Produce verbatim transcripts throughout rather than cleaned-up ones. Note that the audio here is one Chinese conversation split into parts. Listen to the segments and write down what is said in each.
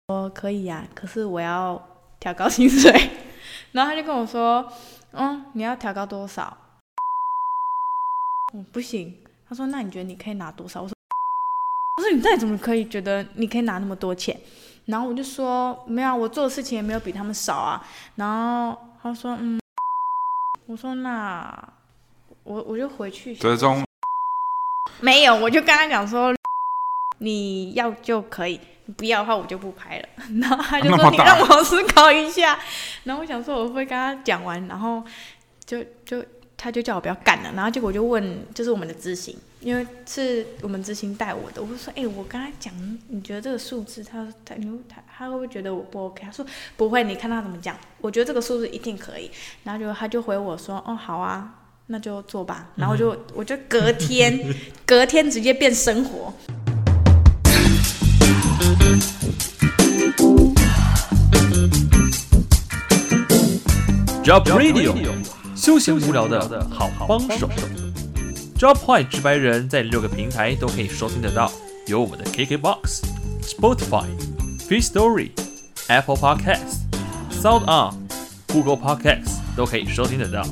说可以呀、啊，可是我要调高薪水。然后他就跟我说，嗯，你要调高多少？嗯，不行。他说，那你觉得你可以拿多少？我说，我说你到底怎么可以觉得你可以拿那么多钱？然后我就说，没有，我做的事情也没有比他们少啊。然后他说，嗯，我说那我我就回去。 折中。 没有，我就跟他讲说，你要就可以。不要的话我就不拍了，然后他就说你让我思考一下，然后我想说我会跟他讲完，然后就就他就叫我不要干了，然后结果我就问就是我们的执行，因为是我们执行带我的，我就说哎、欸，我跟他讲，你觉得这个数字他他他他会不会觉得我不 OK？ 他说不会，你看他怎么讲，我觉得这个数字一定可以，然后就他就回我说哦好啊，那就做吧，然后我就我就隔天隔天直接变生活。 Job Radio， 休闲无聊的好帮手。Job 坏直白人在六个平台都可以收听得到，有我们的 K K B O X、Spotify、Firstory、Apple Podcasts、Sound On、Google Podcasts 都可以收听得到。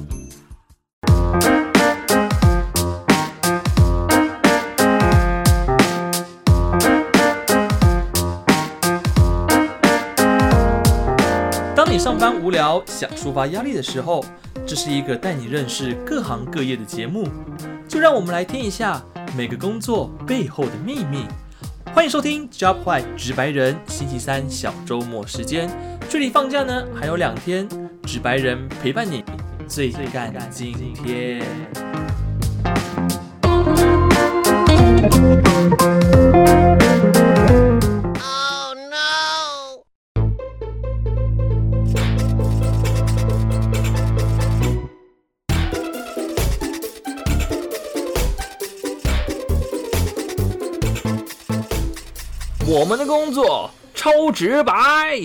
当你上班无聊，想抒发压力的时候，这是一个带你认识各行各业的节目。就让我们来听一下每个工作背后的秘密。欢迎收听 Job 坏直白人，星期三小周末时间，距离放假呢还有两天，直白人陪伴你最干今天。我们的工作超直白。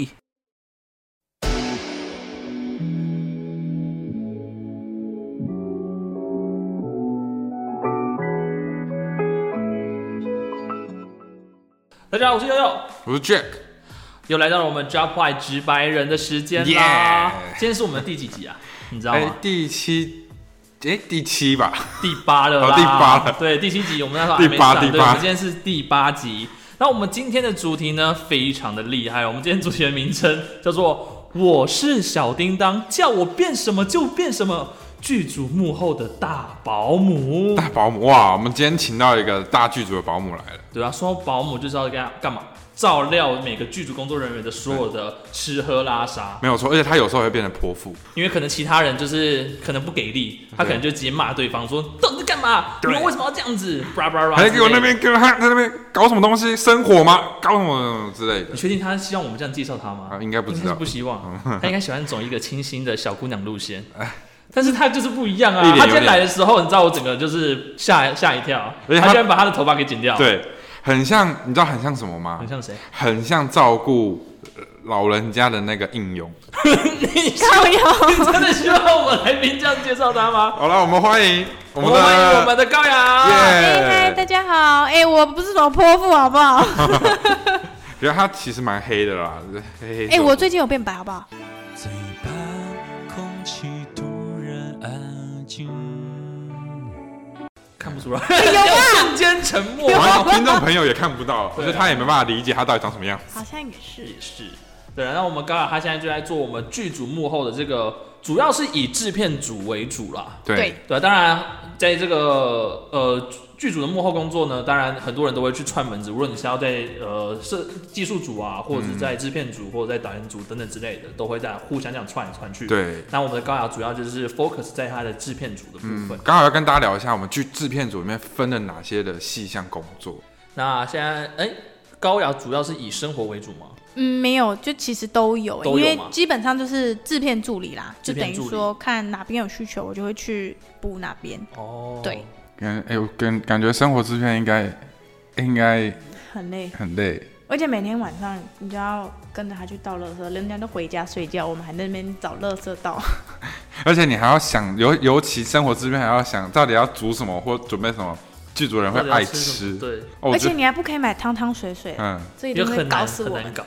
大家好，我是悠悠， 我是 Jack， 又来到了我们 Job 坏直白人的时间啦。Yeah! 今天是我们的第几集啊？你知道吗？ 欸、第七，哎、欸，第七吧？ 第八了啦， 哦、第八了。 对，第七集我们那时候还没上，对，我们今天是第八集。那我们今天的主题呢，非常的厉害。我们今天主题的名称叫做"我是小叮当，叫我变什么就变什么"。剧组幕后的大保姆， 大保姆哇！我们今天请到一个大剧组的保姆来了。 对啊，说到保姆就是要干干嘛？照料每个剧组工作人员的所有的吃喝拉撒， 没有错。而且他有时候会变成泼妇， 因为可能其他人就是可能不给力，他可能就直接骂对方说："到底在干嘛？你们为什么要这样子？" 还给我那边跟他在那边搞什么东西？生火吗？搞什么之类的？ 你确定他希望我们这样介绍他吗？ 啊、应该不知道， 应该是不希望。他应该喜欢走一个清新的小姑娘路线。但是他就是不一样啊！他今天来的时候，你知道我整个就是吓吓一跳，他, 他居然把他的头发给剪掉。 对，很像，你知道很像什么吗？ 很像谁？ 很像照顾老人家的那个应用。 你靠腰，你真的希望我们来宾这样介绍他吗？ 好了，我们欢迎我们的欢迎我们的高阳。 嗨嗨，大家好。哎、欸，我不是什么泼妇，好不好？ 觉得他其实蛮黑的啦，黑黑。 哎、欸，我最近有变白，好不好？ 最怕空气突然安静。 看不出来， 有啊， 瞬间沉默。 听众朋友也看不到，我觉得他也没办法理解他到底长什么样子。 好像也是， 也是。对，那我们刚好他现在就在做我们剧组幕后的这个，主要是以制片组为主啦。 对对，当然在这个呃剧组的幕后工作呢，当然很多人都会去串门子，无论你是要在呃设技术组啊，或者是在制片组，或者在导演组等等之类的，都会在互相这样串来串去。 对， 那我们的高雅主要就是 focus 在他的制片组的部分。 刚、嗯、好要跟大家聊一下，我们剧制片组里面分了哪些的细项工作。 那现在哎，高雅主要是以生活为主吗？ 嗯，没有，就其实都有， 都有因为基本上就是制片助理啦， 制片助理就等于说看哪边有需求，我就会去补哪边。 哦， 对。 感哎，我感感觉生活制片应该应该很累， 很累， 而且每天晚上你就要跟着他去倒垃圾，人家都回家睡觉，我们还在那边找垃圾倒。 而且你还要想，尤尤其生活制片还要想到底要煮什么或准备什么。剧组人会爱吃， 对、 哦，而且你还不可以买汤汤水水，嗯，这一定会搞死我们。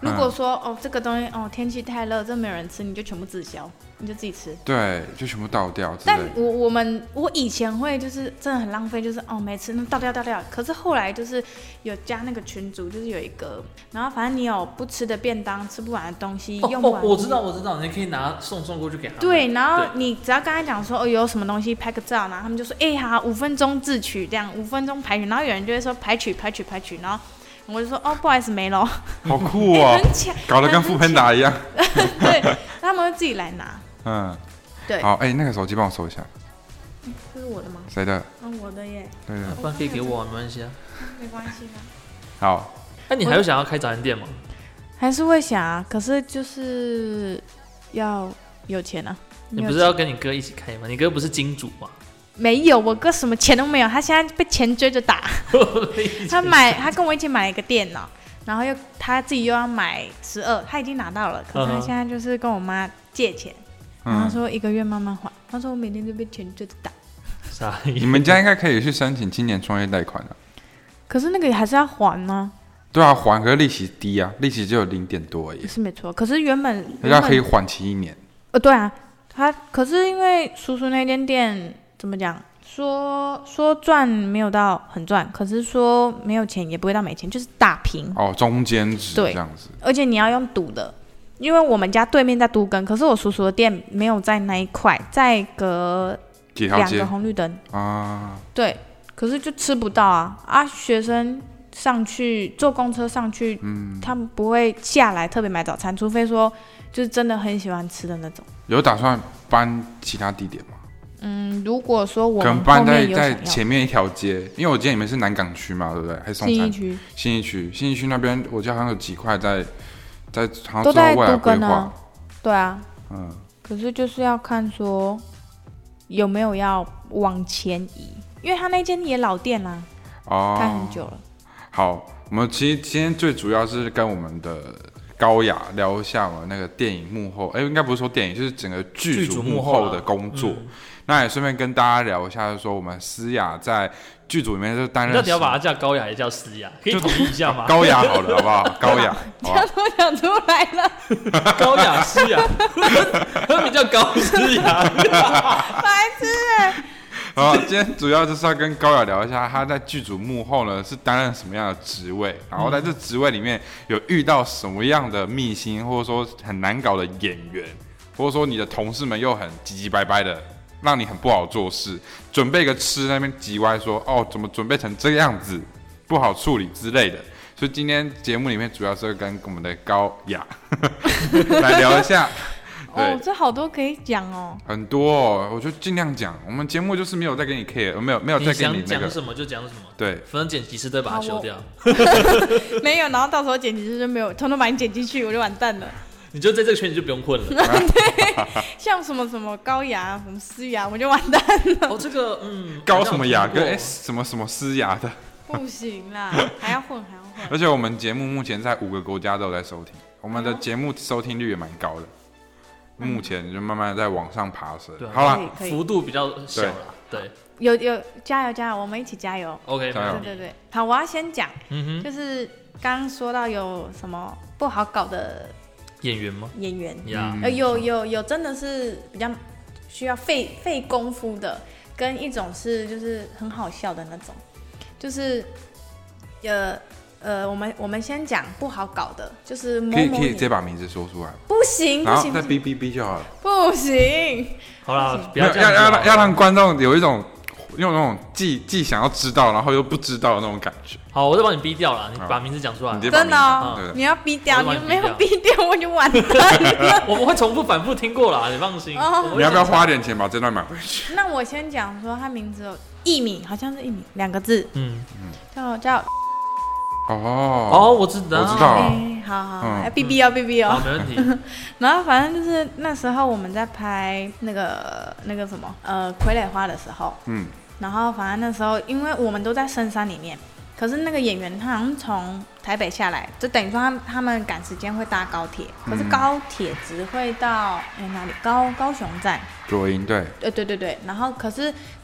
如果说、嗯、哦这个东西哦天气太热，这没有人吃，你就全部滞销，你就自己吃。 对，就全部倒掉之类但的。 我我们我以前会就是真的很浪费，就是哦没吃那倒掉倒掉。可是后来就是有加那个群组，就是有一个，然后反正你有不吃的便当，吃不完的东西， 哦用不完、 哦，我知道我知道，你可以拿送送过去给他们。 对，然后你只要跟他讲说哦有什么东西拍个照，然后他们就说哎、欸、好，五分钟自取这样，五分钟排取，然后有人就会说排取排取排取，然后我就说哦不好意思没了。 好酷哦， 欸、很强， 搞得跟富喷达一样。 对，他们会自己来拿。 嗯， 对。 好，哎、欸，那个手机帮我收一下。 这是我的吗？ 谁的？ 嗯，我的耶。 对的。 不然可以给我、啊，没关系啊。 没关系啊。 好。 那、啊、你还有想要开早餐店吗？ 还是会想啊，可是就是要有钱啊。 你不是要跟你哥一起开吗？你哥不是金主吗？ 没有，我哥什么钱都没有，他现在被钱追着打。他买，他跟我一起买了一个电脑，然后又他自己又要买十二，他已经拿到了，可是他现在就是跟我妈借钱，嗯、然后说一个月慢慢还。他说我每天都被钱追着打。 傻眼。 你们家应该可以去申请青年创业贷款啊。 可是那个还是要还呢。 对啊，还可是利息低啊，利息只有零点多而已。 是没错，可是原本人家可以缓期一年。 呃，对啊，他可是因为叔叔那间店。怎么讲？说说赚没有到很赚，可是说没有钱也不会到没钱，就是打平哦，中间值这样子。 而且你要用赌的，因为我们家对面在都更，可是我叔叔的店没有在那一块，在隔两个红绿灯啊。对，可是就吃不到啊啊！学生上去坐公车上去，嗯，他们不会下来特别买早餐，除非说就是真的很喜欢吃的那种。 有打算搬其他地点吗？ 嗯，如果说我们可能搬在在前面一条街，因为我记得你们是南港区嘛，对不对？还是松山区？ 信义区，信义区那边，我记得好像有几块在在，好像都在未来规划、 啊。对啊， 嗯。 可是就是要看说有没有要往前移，因为他那间也老店啦、啊，哦，开很久了。 好，我们其实今天最主要是跟我们的高雅聊一下我们那个电影幕后，哎，应该不是说电影，就是整个剧组幕后的工作。嗯、那也顺便跟大家聊一下，就是说我们思雅在剧组里面就担任。 你到底要把它叫高雅，也叫思雅，可以统一一下吗？ 高雅好了，好不好？高雅， 这样都讲出来了。 高雅思雅，他名叫高思雅， 白痴哎、欸。 好，今天主要就是要跟高雅聊一下，他在剧组幕后呢是担任什么样的职位，然后在这职位里面有遇到什么样的秘辛，或者说很难搞的演员，或者说你的同事们又很唧唧掰掰的，让你很不好做事，准备个吃那边叽歪说哦怎么准备成这个样子，不好处理之类的。所以今天节目里面主要是跟我们的高雅来聊一下。 哦，这好多可以讲哦， 很多哦，我就尽量讲。我们节目就是没有在给你 care， 没有没有在给你那个。 你想讲什么就讲什么。对，反正剪辑师都把它修掉。 没有，然后到时候剪辑师就没有，统统把你剪进去，我就完蛋了。 你就在这个圈子就不用混了。 对，像什么什么高雅、什么思雅，我就完蛋了。 哦，这个嗯， 高什么雅跟哎什么什么思雅的， 不行啦，还要混还要混。 而且我们节目目前在五个国家都有在收听，我们的节目收听率也蛮高的。目前就慢慢在往上爬升， 嗯、 好了， 幅度比较小了，对， 有有加油加油，我们一起加油 ，OK， 加油， 对对对，好，我要先讲， 嗯、 就是刚刚说到有什么不好搞的演员吗？ 演员， 呀、 嗯，有有有真的是比较需要费费功夫的，跟一种是就是很好笑的那种，就是呃。呃，我们我们先讲不好搞的，就是某某可以可以直接把名字说出来， 不行， 然后再哔哔哔就好了， 不行， 好啦，不要这样，要要要让观众有一种用那种既既想要知道，然后又不知道的那种感觉。 好，我再帮你逼掉了，你把名字讲出来， 真的哦，你要逼掉，你没有逼掉我就完蛋了。 我们会重复反复听过啦，你放心。 你要不要花点钱把这段买回去？ 那我先讲说他名字有艺名，好像是艺名两个字， 嗯嗯，叫叫。 哦哦，我知道， 我知道， 哎，好好，哎，B B 哦 ，B B 哦， 好，没问题。 然后反正就是那时候我们在拍那个那个什么呃傀儡花的时候，嗯，然后反正那时候因为我们都在深山里面，可是那个演员他好像从台北下来，就等于说他他们赶时间会搭高铁，可是高铁只会到哎哪里高高雄站， 左营对， 对对对对，然后可是。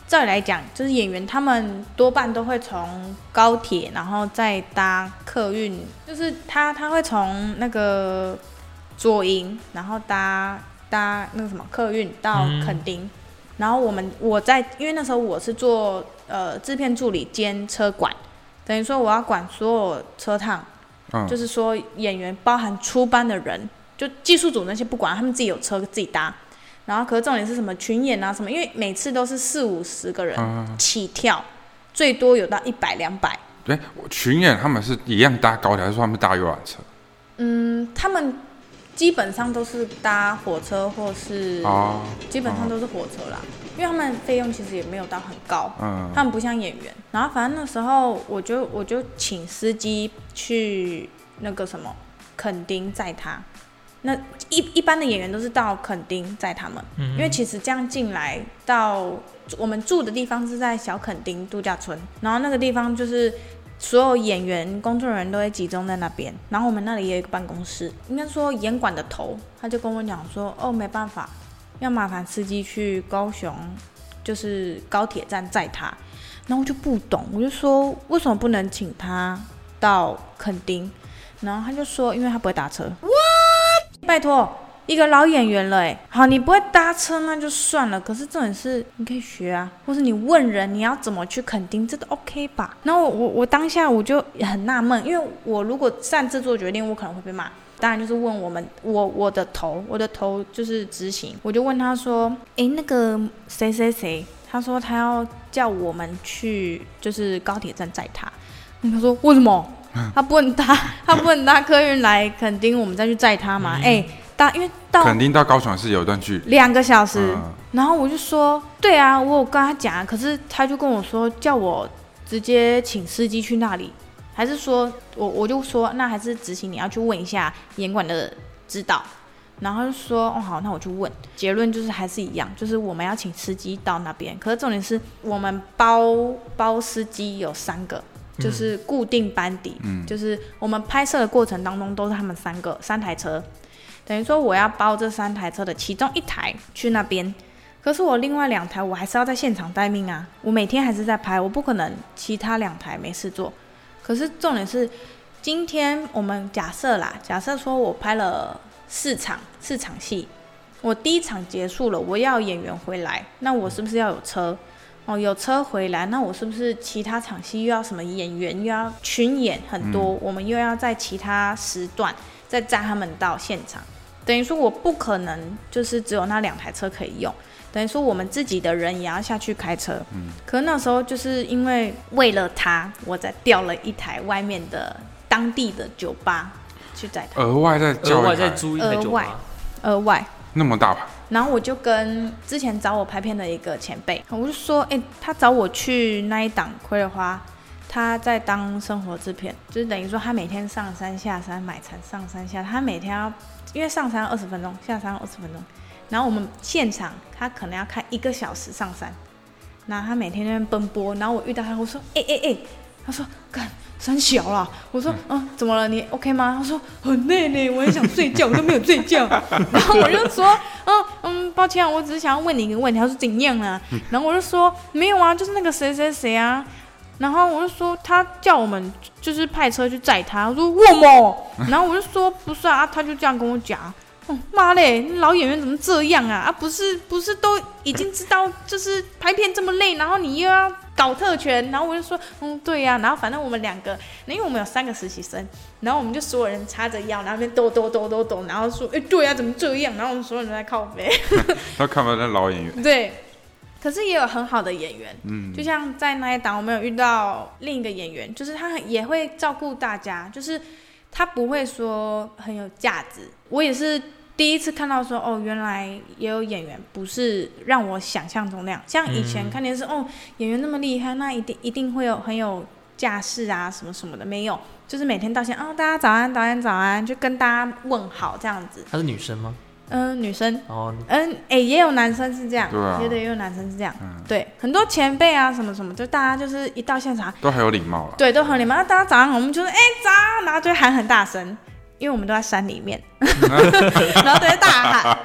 照理来讲，就是演员他们多半都会从高铁，然后再搭客运，就是他他会从那个左营，然后搭搭那个什么客运到垦丁，嗯、然后我们我在因为那时候我是做呃制片助理兼车管，等于说我要管所有车趟，嗯、就是说演员包含出班的人，就技术组那些不管，他们自己有车自己搭。然后可是重点是什么群演啊什么，因为每次都是四五十个人起跳，嗯、最多有到一百两百。 对，群演他们是一样搭高铁，还是说他们搭游览车？ 嗯，他们基本上都是搭火车或是，哦、基本上都是火车啦，哦、因为他们费用其实也没有到很高，嗯、他们不像演员。然后反正那时候我就我就请司机去那个什么垦丁载他。那一一般的演员都是到垦丁载他们，嗯、因为其实这样进来到我们住的地方是在小垦丁度假村，然后那个地方就是所有演员、工作人员都会集中在那边，然后我们那里也有一个办公室，应该说演馆的头他就跟我讲说，哦没办法，要麻烦司机去高雄，就是高铁站载他，然后我就不懂，我就说为什么不能请他到垦丁，然后他就说因为他不会打车。拜托，一个老演员了哎，好，你不会搭车那就算了，可是重点是你可以学啊，或是你问人你要怎么去垦丁，这都 OK 吧？然后我我当下我就很纳闷，因为我如果擅自做决定，我可能会被骂。当然就是问我们我我的头，我的头就是执行，我就问他说，哎，那个谁谁谁，他说他要叫我们去就是高铁站载他，他说为什么？他不能搭，他不能搭客运来垦丁，我们再去载他嘛？哎、嗯欸，搭因为到垦丁到高雄是有一段距离， 两个小时。嗯、然后我就说，对啊，我有跟他讲，可是他就跟我说，叫我直接请司机去那里，还是说我我就说，那还是执行你要去问一下演馆的指导。然后就说，哦好，那我去问。结论就是还是一样，就是我们要请司机到那边。可是重点是我们包包司机有三个。就是固定班底，嗯、就是我们拍摄的过程当中都是他们三个三台车，等于说我要包这三台车的其中一台去那边，可是我另外两台我还是要在现场待命啊，我每天还是在拍，我不可能其他两台没事做。可是重点是，今天我们假设啦，假设说我拍了四场四场戏，我第一场结束了，我要演员回来，那我是不是要有车？哦，有车回来，那我是不是其他场戏又要什么演员又要群演很多，嗯、我们又要在其他时段再载他们到现场，等于说我不可能就是只有那两台车可以用，等于说我们自己的人也要下去开车。嗯、可是那时候就是因为为了他，我才调了一台外面的当地的酒吧去载他， 额外再叫一台， 额外再租一台酒吧， 额外那么大吧？ 然后我就跟之前找我拍片的一个前辈，我就说，哎、欸，他找我去那一档《傀儡花》，他在当生活制片，就是等于说他每天上山下山买餐，上山下，他每天要因为上山二十分钟，下山二十分钟，然后我们现场他可能要开一个小时上山，然后他每天在那边奔波，然后我遇到他，我说，哎哎哎，他说，干。三小啦，我说，嗯，怎么了？你 OK 吗？他说很累呢，我很想睡觉，我都没有睡觉。然后我就说，嗯嗯，抱歉，我只是想要问你一个问题。他说怎样啊？然后我就说没有啊，就是那个谁谁谁啊。然后我就说他叫我们就是派车去载他。我说为么？然后我就说不是啊，他就这样跟我讲。哦妈嘞，老演员怎么这样啊？啊，不是不是都已经知道，就是拍片这么累，然后你又要搞特权，然后我就说，嗯，对呀、啊，然后反正我们两个，因为我们有三个实习生，然后我们就所有人叉着腰，然后那边抖抖抖抖抖，然后说，哎，对呀、啊，怎么这样？然后我们所有人都在靠北。 他看不到那老演员。 对，可是也有很好的演员，嗯，就像在那一档，我们有遇到另一个演员，就是他也会照顾大家，就是他不会说很有架子。我也是。第一次看到说哦，原来也有演员不是让我想象中那样。像以前看电视、嗯、哦，演员那么厉害，那一定一定会有很有架势啊，什么什么的，没有，就是每天到现在哦，大家早安，早安，早安，就跟大家问好这样子。 她是女生吗？ 嗯、呃，女生。 哦。 嗯，哎、欸，也有男生是这样， 对啊， 也也有男生是这样，嗯、对，很多前辈啊，什么什么，就大家就是一到现场都很有礼貌了。 对，都很有礼貌。那大家早上我们就是哎、欸、早，然后就喊很大声。因为我们都在山里面，然后都在大喊，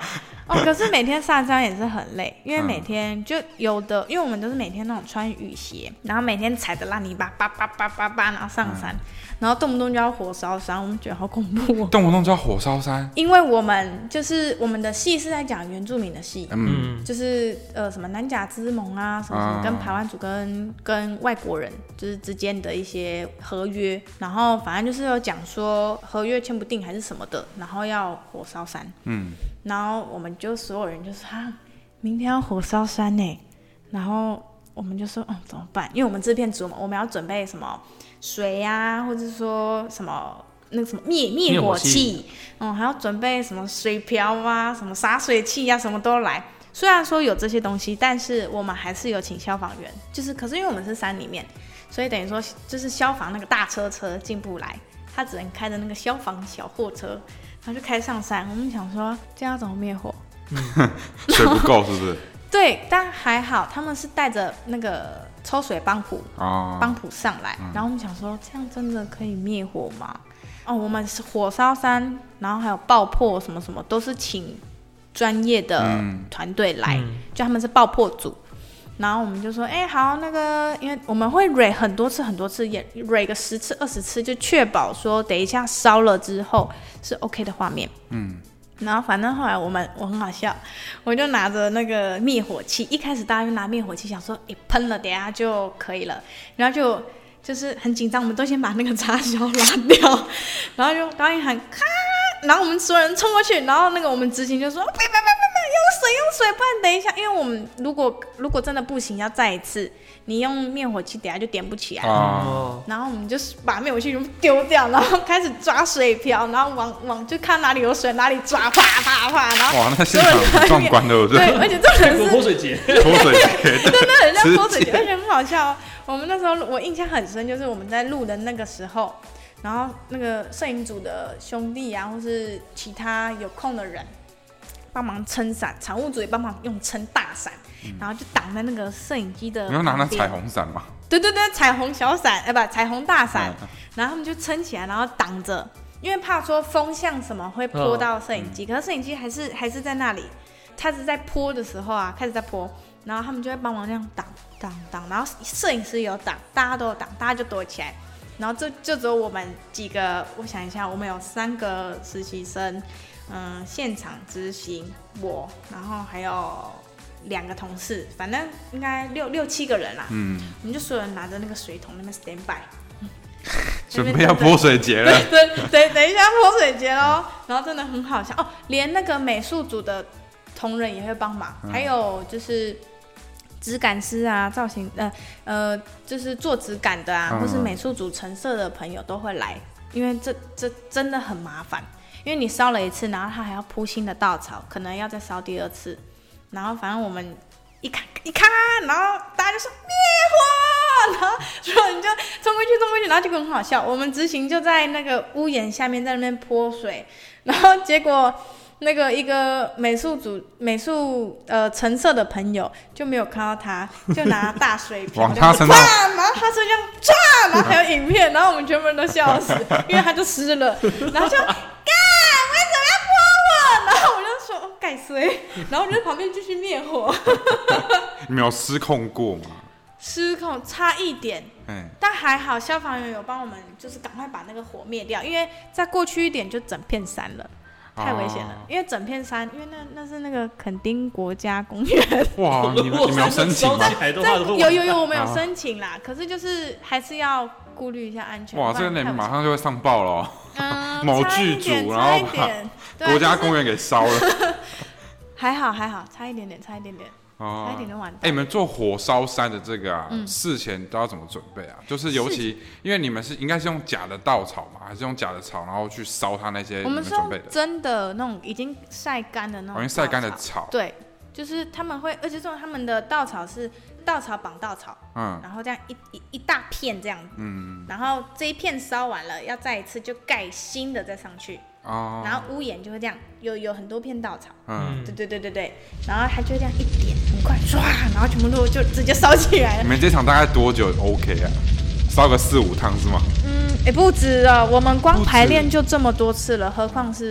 哦，可是每天上山也是很累，因为每天就有的，因为我们都是每天那种穿雨鞋，然后每天踩着烂泥巴，叭叭叭叭叭，然后上山，嗯、然后动不动就要火烧山，我们觉得好恐怖哦。 动不动就要火烧山， 因为我们就是我们的戏是在讲原住民的戏，嗯，就是呃什么南甲之盟啊，什么什么跟排湾族跟跟外国人就是之间的一些合约，然后反正就是有讲说合约签不定还是什么的，然后要火烧山，嗯。然后我们就所有人就说啊，明天要火烧山呢，然后我们就说，嗯，怎么办？因为我们制片组嘛，我们要准备什么水呀、啊，或者说什么那个什么灭灭火器，嗯，还要准备什么水瓢啊，什么洒水器啊，什么都来。虽然说有这些东西，但是我们还是有请消防员，就是可是因为我们是山里面，所以等于说就是消防那个大车车进不来，他只能开着那个消防小货车。然后就开上山，我们想说这样要怎么灭火？ 嗯、水不够是不是？ 对，但还好他们是带着那个抽水帮浦，哦、帮浦上来，嗯、然后我们想说这样真的可以灭火吗？哦，我们是火烧山，然后还有爆破什么什么，都是请专业的团队来，嗯、就他们是爆破组。然后我们就说，哎、欸，好，那个，因为我们会蕊很多次，很多次，也蕊个十次、二十次，就确保说，等一下烧了之后是 OK 的画面。嗯。然后反正后来我们我很好笑，我就拿着那个灭火器，一开始大家就拿灭火器，想说，哎、欸，喷了，等一下就可以了。然后就就是很紧张，我们都先把那个插销拉掉，然后就导演喊咔，然后我们所有人冲过去，然后那个我们执行就说，别别别别别，用水用水，不然等一下，因为我们如果如果真的不行，要再一次，你用灭火器，等一下就点不起来。哦。然后我们就是把灭火器全部丢掉，然后开始抓水瓢，然后往往就看哪里有水哪里抓，啪啪啪，然后哇，那现场很壮观的， 对，而且这个是泼水节， 泼水节， 真的很像泼水节，而且很好笑哦。我们那时候我印象很深，就是我们在录的那个时候，然后那个摄影组的兄弟啊，或是其他有空的人帮忙撑伞，场务组也帮忙用撑大伞，嗯、然后就挡在那个摄影机的。 你要拿那彩虹伞吗？ 对对对，彩虹小伞，哎、欸、不，彩虹大伞，嗯、然后他们就撑起来，然后挡着，因为怕说风向什么会泼到摄影机，哦、可是摄影机还是还是在那里，它是在泼的时候啊，开始在泼。然后他们就会帮忙这样挡挡挡，然后摄影师有挡，大家都有挡，大家就躲起来。然后就就只有我们几个，我想一下，我们有三个实习生，嗯，现场执行我，然后还有两个同事，反正应该六六七个人啦。嗯，我们就所有人拿着那个水桶那边 stand by， 准备要泼水节了。 对对对，等一下泼水节咯。然后真的很好笑哦，连那个美术组的同仁也会帮忙，嗯、还有就是。质感师啊，造型呃呃，就是做质感的啊，嗯、或是美术组陈设的朋友都会来，因为这这真的很麻烦，因为你烧了一次，然后他还要铺新的稻草，可能要再烧第二次，然后反正我们一看一看，然后大家就说灭火，然后所有人就冲过去冲过去，然后结果很好笑，我们执行就在那个屋檐下面在那边泼水，然后结果。那个一个美术组美术呃陈设的朋友就没有看到他，就拿大水瓢， 往他身上， 然后他就这样唰，然后还有影片，然后我们全部人都笑死，因为他就湿了，然后就干为什么要泼我？然后我就说盖水，然后我就在旁边继续灭火。 你没有失控过吗？ 失控差一点，嗯、但还好消防员有帮我们，就是赶快把那个火灭掉，因为再过去一点就整片山了。太危险了，哦、因为整片山，因为那那是那个垦丁国家公园。 哇，你们你们有申请吗？ 有有有，我们有申请啦。可是就是还是要顾虑一下安全。 哇，这个你马上就会上报了、哦。 嗯， 某剧组然后把国家公园给烧了。 还好还好，差一点点，差一点点。哦，差一点就完蛋。 哎、欸，你们做火烧山的这个啊，嗯、事前都要怎么准备啊？就是尤其因为你们是应该是用假的稻草嘛，还是用假的草，然后去烧它那些你们准备的？ 真的那种已经晒干的那种， 已经晒干的草。 对，就是他们会，而且说他们的稻草是稻草绑稻草，嗯，然后这样一一一大片这样子，嗯，然后这一片烧完了，要再一次就盖新的再上去。哦，然后屋檐就会这样，有有很多片稻草，嗯，对对对对对，然后它就这样一点，很快唰，然后全部都就直接烧起来了。 你们这场大概多久 OK 啊？烧个四五趟是吗？ 嗯，也不止啊，我们光排练就这么多次了，何况是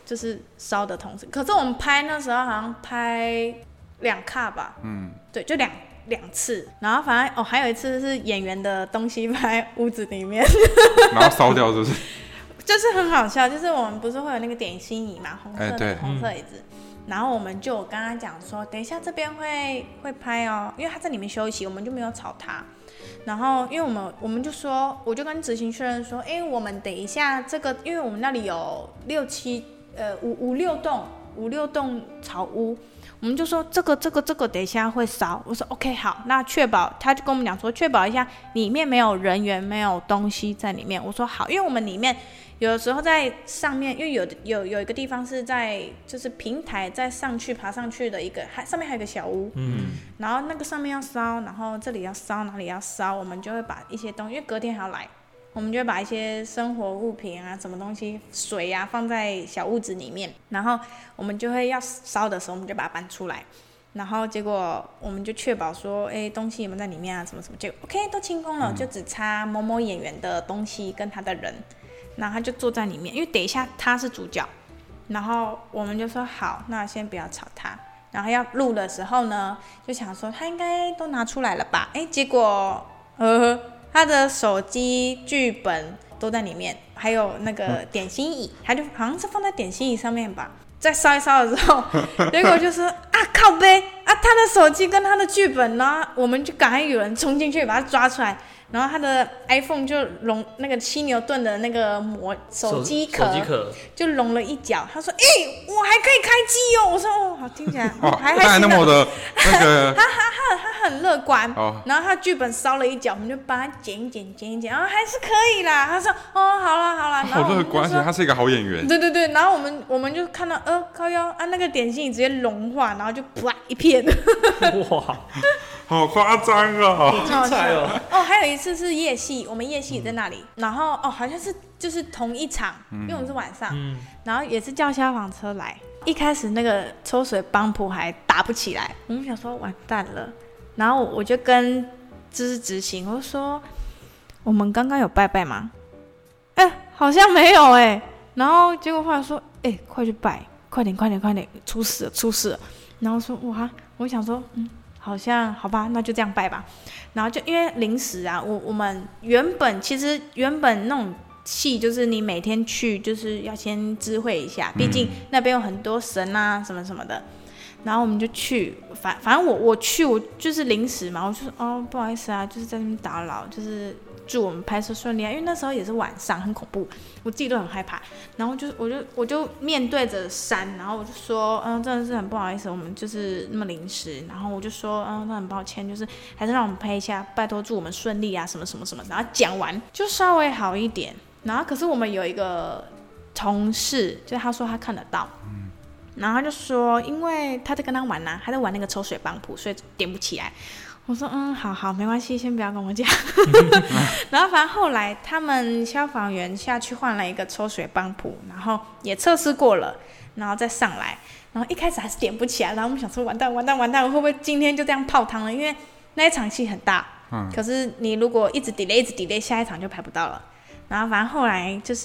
就是烧的同时，可是我们拍那时候好像拍两卡吧，嗯，对，就两两次，然后反正哦还有一次是演员的东西拍屋子里面， 然后烧掉是不是？ 就是很好笑，就是我们不是会有那个点心椅嘛，红色的、欸、 对红色椅子。然后我们就跟他讲说，等一下这边会会拍哦，因为他在里面休息，我们就没有吵他。然后因为我们我们就说，我就跟执行确认说，哎，我们等一下这个，因为我们那里有六七呃五五六栋五六栋草屋，我们就说这个这个这个等一下会烧。我说 OK 好，那确保他就跟我们讲说，确保一下里面没有人员没有东西在里面。我说好，因为我们里面。有的时候在上面，因为有有有一个地方是在就是平台再上去爬上去的一个，还上面还有一个小屋，嗯，然后那个上面要烧，然后这里要烧，哪里要烧，我们就会把一些东西，因为隔天还要来，我们就会把一些生活物品啊，什么东西，水啊放在小屋子里面，然后我们就会要烧的时候，我们就把它搬出来。然后结果我们就确保说，哎，东西有没有在里面啊，什么什么，就 OK 都清空了，嗯、就只差某某演员的东西跟他的人。然后他就坐在里面，因为等一下他是主角，然后我们就说好，那先不要吵他。然后要录的时候呢，就想说他应该都拿出来了吧？哎，结果呃，他的手机、剧本都在里面，还有那个点心椅，他就好像是放在点心椅上面吧。在烧一烧的时候，结果就说啊靠背啊，他的手机跟他的剧本呢，我们就赶快有人冲进去把他抓出来。然后他的 iPhone 就融那个七牛顿的那个膜手机壳，就融了一角。他说：“哎、欸，我还可以开机哦。”我说：“哦，好，听起来、哦、还还行。” 那么的那个， 他他他他很乐观。哦、然后他剧本烧了一角，我们就帮他剪一剪，剪一剪，然后还是可以啦。他说：“哦，好啦好啦。”然后好乐观，而且他是一个好演员。 对对对，然后我们我们就看到，呃，靠腰啊，那个点心直接融化，然后就啪一片。 哇！ 好夸张哦， 好精彩哦！ 哦，还有一次是夜戏，我们夜戏也在那里，嗯、然后哦，好像是就是同一场，嗯、因为我们是晚上，嗯、然后也是叫消防车来。一开始那个抽水帮浦还打不起来，我们想说完蛋了，然后我就跟就是执行，我就说我们刚刚有拜拜吗？哎、欸，好像没有哎、欸。然后结果后来说，哎、欸，快去拜，快点快点快点，出事了出事了。然后说哇，我想说嗯。好像好吧，那就这样拜吧。然后就因为临时啊，我我们原本其实原本那种戏就是你每天去就是要先知会一下，毕竟那边有很多神啊什么什么的。然后我们就去，反反正我我去我就是临时嘛，我就说哦不好意思啊，就是在那边打扰，就是祝我们拍摄顺利啊。因为那时候也是晚上，很恐怖，我自己都很害怕。然后就我就我就面对着山，然后我就说嗯真的是很不好意思，我们就是那么临时。然后我就说嗯那很抱歉，就是还是让我们拍一下，拜托祝我们顺利啊什么什么什么。然后讲完就稍微好一点。然后可是我们有一个同事，就他说他看得到。然后他就说，因为他在跟他玩呐、啊，他在玩那个抽水帮浦，所以点不起来。我说，嗯，好好，没关系，先不要跟我讲。然后反正后来他们消防员下去换了一个抽水帮浦，然后也测试过了，然后再上来。然后一开始还是点不起来，然后我们想说，完蛋完蛋完蛋，会不会今天就这样泡汤了？因为那一场戏很大，嗯，可是你如果一直 delay 一直 delay， 下一场就排不到了。然后反正后来就是。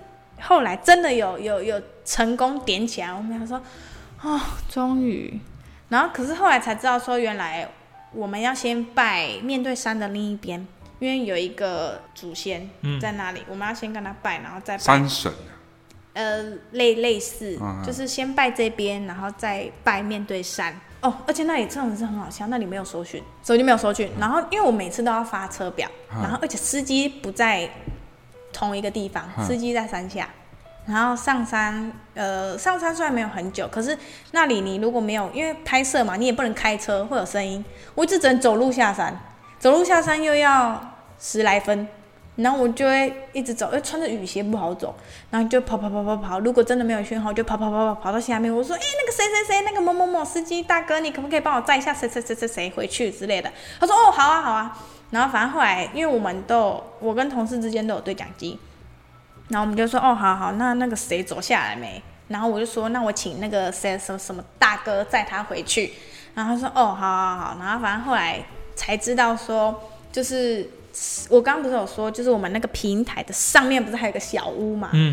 后来真的有有有成功点起来，我们想说，哦，终于。然后可是后来才知道说，原来我们要先拜面对山的另一边，因为有一个祖先在那里，嗯、我们要先跟他拜，然后再拜山神。 呃，类类似，嗯、就是先拜这边，然后再拜面对山。哦，而且那里真的是很好笑，那里没有收讯，手机没有收讯。然后因为我每次都要发车表，嗯、然后而且司机不在。同一个地方，司机在山下，然后上山，呃，上山虽然没有很久，可是那里你如果没有，因为拍摄嘛，你也不能开车，会有声音，我就只能走路下山，走路下山又要十来分，然后我就会一直走，因为穿着雨鞋不好走，然后就跑跑跑跑跑，如果真的没有讯号，就跑跑跑跑跑到下面，我说，哎、欸，那个谁谁谁，那个某某某司机大哥，你可不可以帮我载一下谁谁谁谁谁回去之类的？他说，哦，好啊好啊。然后反正后来，因为我们都有，我跟同事之間都有对讲机，然後我們就說，哦，好好，那那個誰走下來沒？然後我就說，那我請那個誰什麼什麼大哥載他回去。然後他說，哦，好好好。然後反正後來才知道說，就是我剛剛不是有說，就是我們那個平台的上面不是還有個小屋嘛？嗯。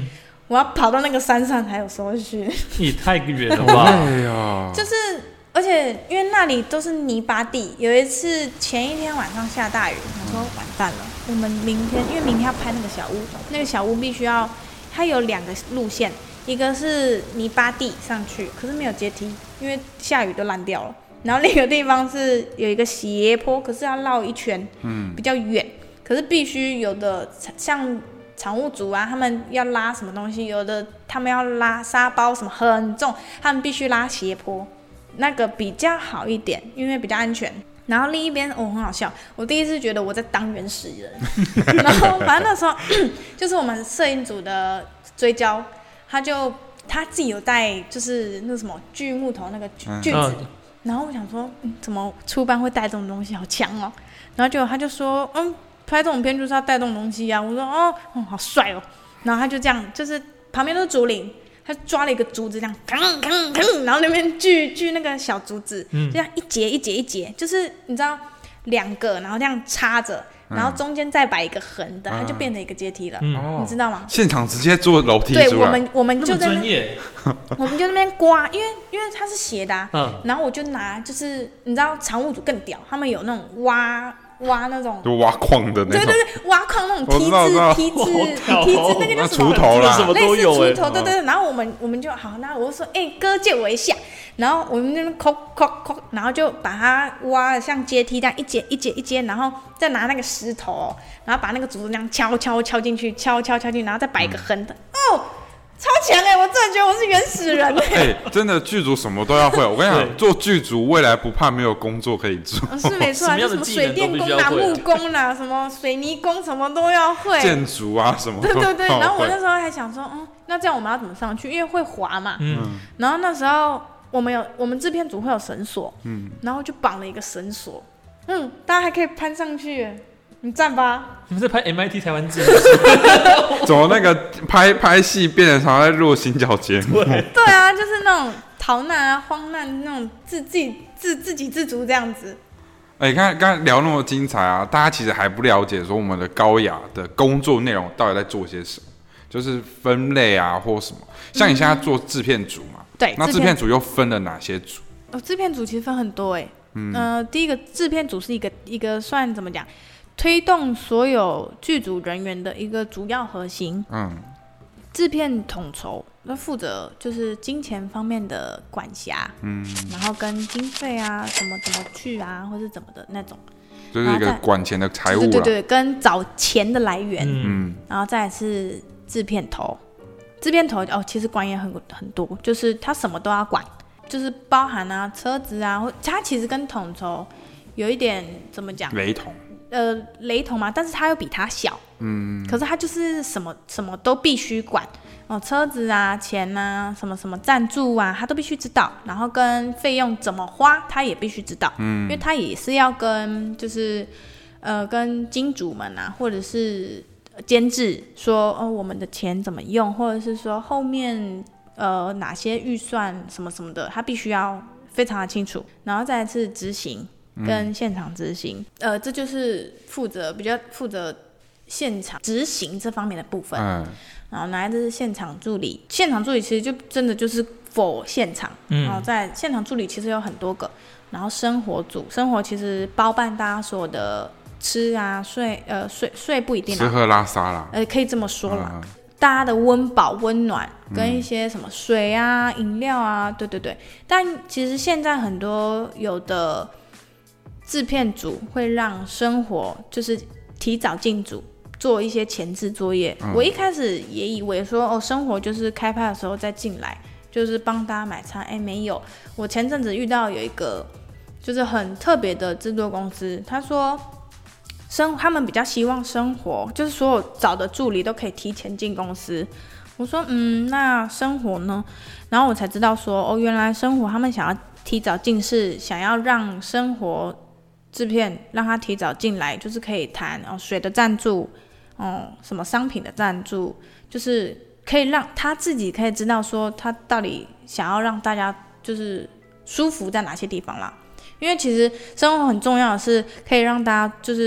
我要跑到那个山上才有收讯。 也太远了吧？ 对呀， 就是，而且因为那里都是泥巴地，有一次前一天晚上下大雨，我说完蛋了，我们明天因为明天要拍那个小屋，那个小屋必须要，它有两个路线，一个是泥巴地上去，可是没有阶梯，因为下雨都烂掉了。然后另一个地方是有一个斜坡，可是要绕一圈，嗯，比较远，可是必须有的像场务组啊，他们要拉什么东西，有的他们要拉沙包什么很重，他们必须拉斜坡，那个比较好一点，因为比较安全。然后另一边哦很好笑，我第一次觉得我在当原始人，然后反正那时候就是我们摄影组的追焦，他就他自己有带就是那什么锯木头那个锯子。嗯然后我想说，嗯，怎么出班会带这种东西，好强哦！然后结果他就说，嗯，拍这种片就是要带这种东西啊。我说，哦，哦，好帅哦。然后他就这样，就是旁边都是竹林，他抓了一个竹子这样，吭吭吭，然后那边锯锯那个小竹子，嗯，这样一节一节一节，就是你知道两个，然后这样插着。然后中间再摆一个横的，嗯、它就变成一个阶梯了，嗯、你知道吗？ 现场直接做楼梯出来。 对，我们我们就在那边， 我们就在那边刮，因为因为它是斜的、啊嗯，然后我就拿，就是你知道，常务组更屌，他们有那种挖挖那种， 就挖矿的那种， 对对对，挖矿那种梯子梯子梯子，那个叫什么？ 锄头啦， 什么都有哎、欸， 锄头，对对对。然后我们我们就好，那我就说，哎、欸，哥借我一下。然后我们那边抠抠抠，然后就把它挖的像阶梯这样一节一节一节，然后再拿那个石头、哦，然后把那个竹子这样敲敲敲进去，敲敲敲进去，然后再摆一个横的，嗯、哦，超强哎！我真的觉得我是原始人哎、 欸！真的剧组什么都要会。我跟你讲，做剧组未来不怕没有工作可以做。 是没错啊，就什么水电工啦、木工啦、什么水泥工，什么都要会。 建筑啊什么都要会。 对对对。然后我那时候还想说，嗯，那这样我们要怎么上去？因为会滑嘛。嗯。然后那时候。我们有我们制片组会有绳索，嗯，然后就绑了一个绳索，嗯，大家还可以攀上去，你站吧。 你们在拍 M I T 台湾剧？ 怎么那个拍拍戏变成常在录行脚节目？ 对啊，就是那种逃难啊、荒难那种自自己自自给自足这样子。 哎、欸，刚刚刚聊那么精彩啊，大家其实还不了解说我们的高雅的工作内容到底在做些什么，就是分类啊或什么。像你现在做制片组嘛。 对， 那制片组又分了哪些组？ 哦，制片组其实分很多哎、欸，嗯，呃，第一个制片组是一个一个算怎么讲，推动所有剧组人员的一个主要核心，嗯，制片统筹，那负责就是金钱方面的管辖，嗯，然后跟经费啊，怎么怎么去啊，或是怎么的那种， 就是一个管钱的财务啦， 对对对，跟找钱的来源，嗯，然后再来是制片头。制片头哦，其实管也很很多，就是他什么都要管，就是包含啊车子啊，或他其实跟统筹有一点怎么讲雷同， 呃雷同嘛，但是他又比他小，嗯，可是他就是什么什么都必须管哦，车子啊、钱啊、什么什么赞助啊，他都必须知道，然后跟费用怎么花，他也必须知道，嗯，因为他也是要跟就是呃跟金主们啊，或者是。监制说哦，我们的钱怎么用，或者是说后面呃哪些预算什么什么的，他必须要非常的清楚。然后再来是执行跟现场执行，嗯、呃，这就是负责比较负责现场执行这方面的部分。嗯，然后来的是现场助理，现场助理其实就真的就是 for 现场，嗯，然后在现场助理其实有很多个，然后生活组，生活其实包办大家所有的。吃啊，睡，呃，睡睡不一定啦， 吃喝拉撒啦， 呃，可以这么说啦。嗯、大家的温饱、温暖跟一些什么水啊、饮料啊，对对对。但其实现在很多有的制片组会让生活就是提早进组，做一些前置作业。嗯、我一开始也以为说，哦，生活就是开拍的时候再进来，就是帮大家买餐。哎，没有。我前阵子遇到有一个就是很特别的制作公司，他说。生他们比较希望生活就是所有找的助理都可以提前进公司。我说嗯，那生活呢？然后我才知道说哦，原来生活他们想要提早进是想要让生活制片让他提早进来，就是可以谈哦水的赞助，哦什么商品的赞助，就是可以让他自己可以知道说他到底想要让大家就是舒服在哪些地方啦。因为其实生活很重要的是可以让大家就是。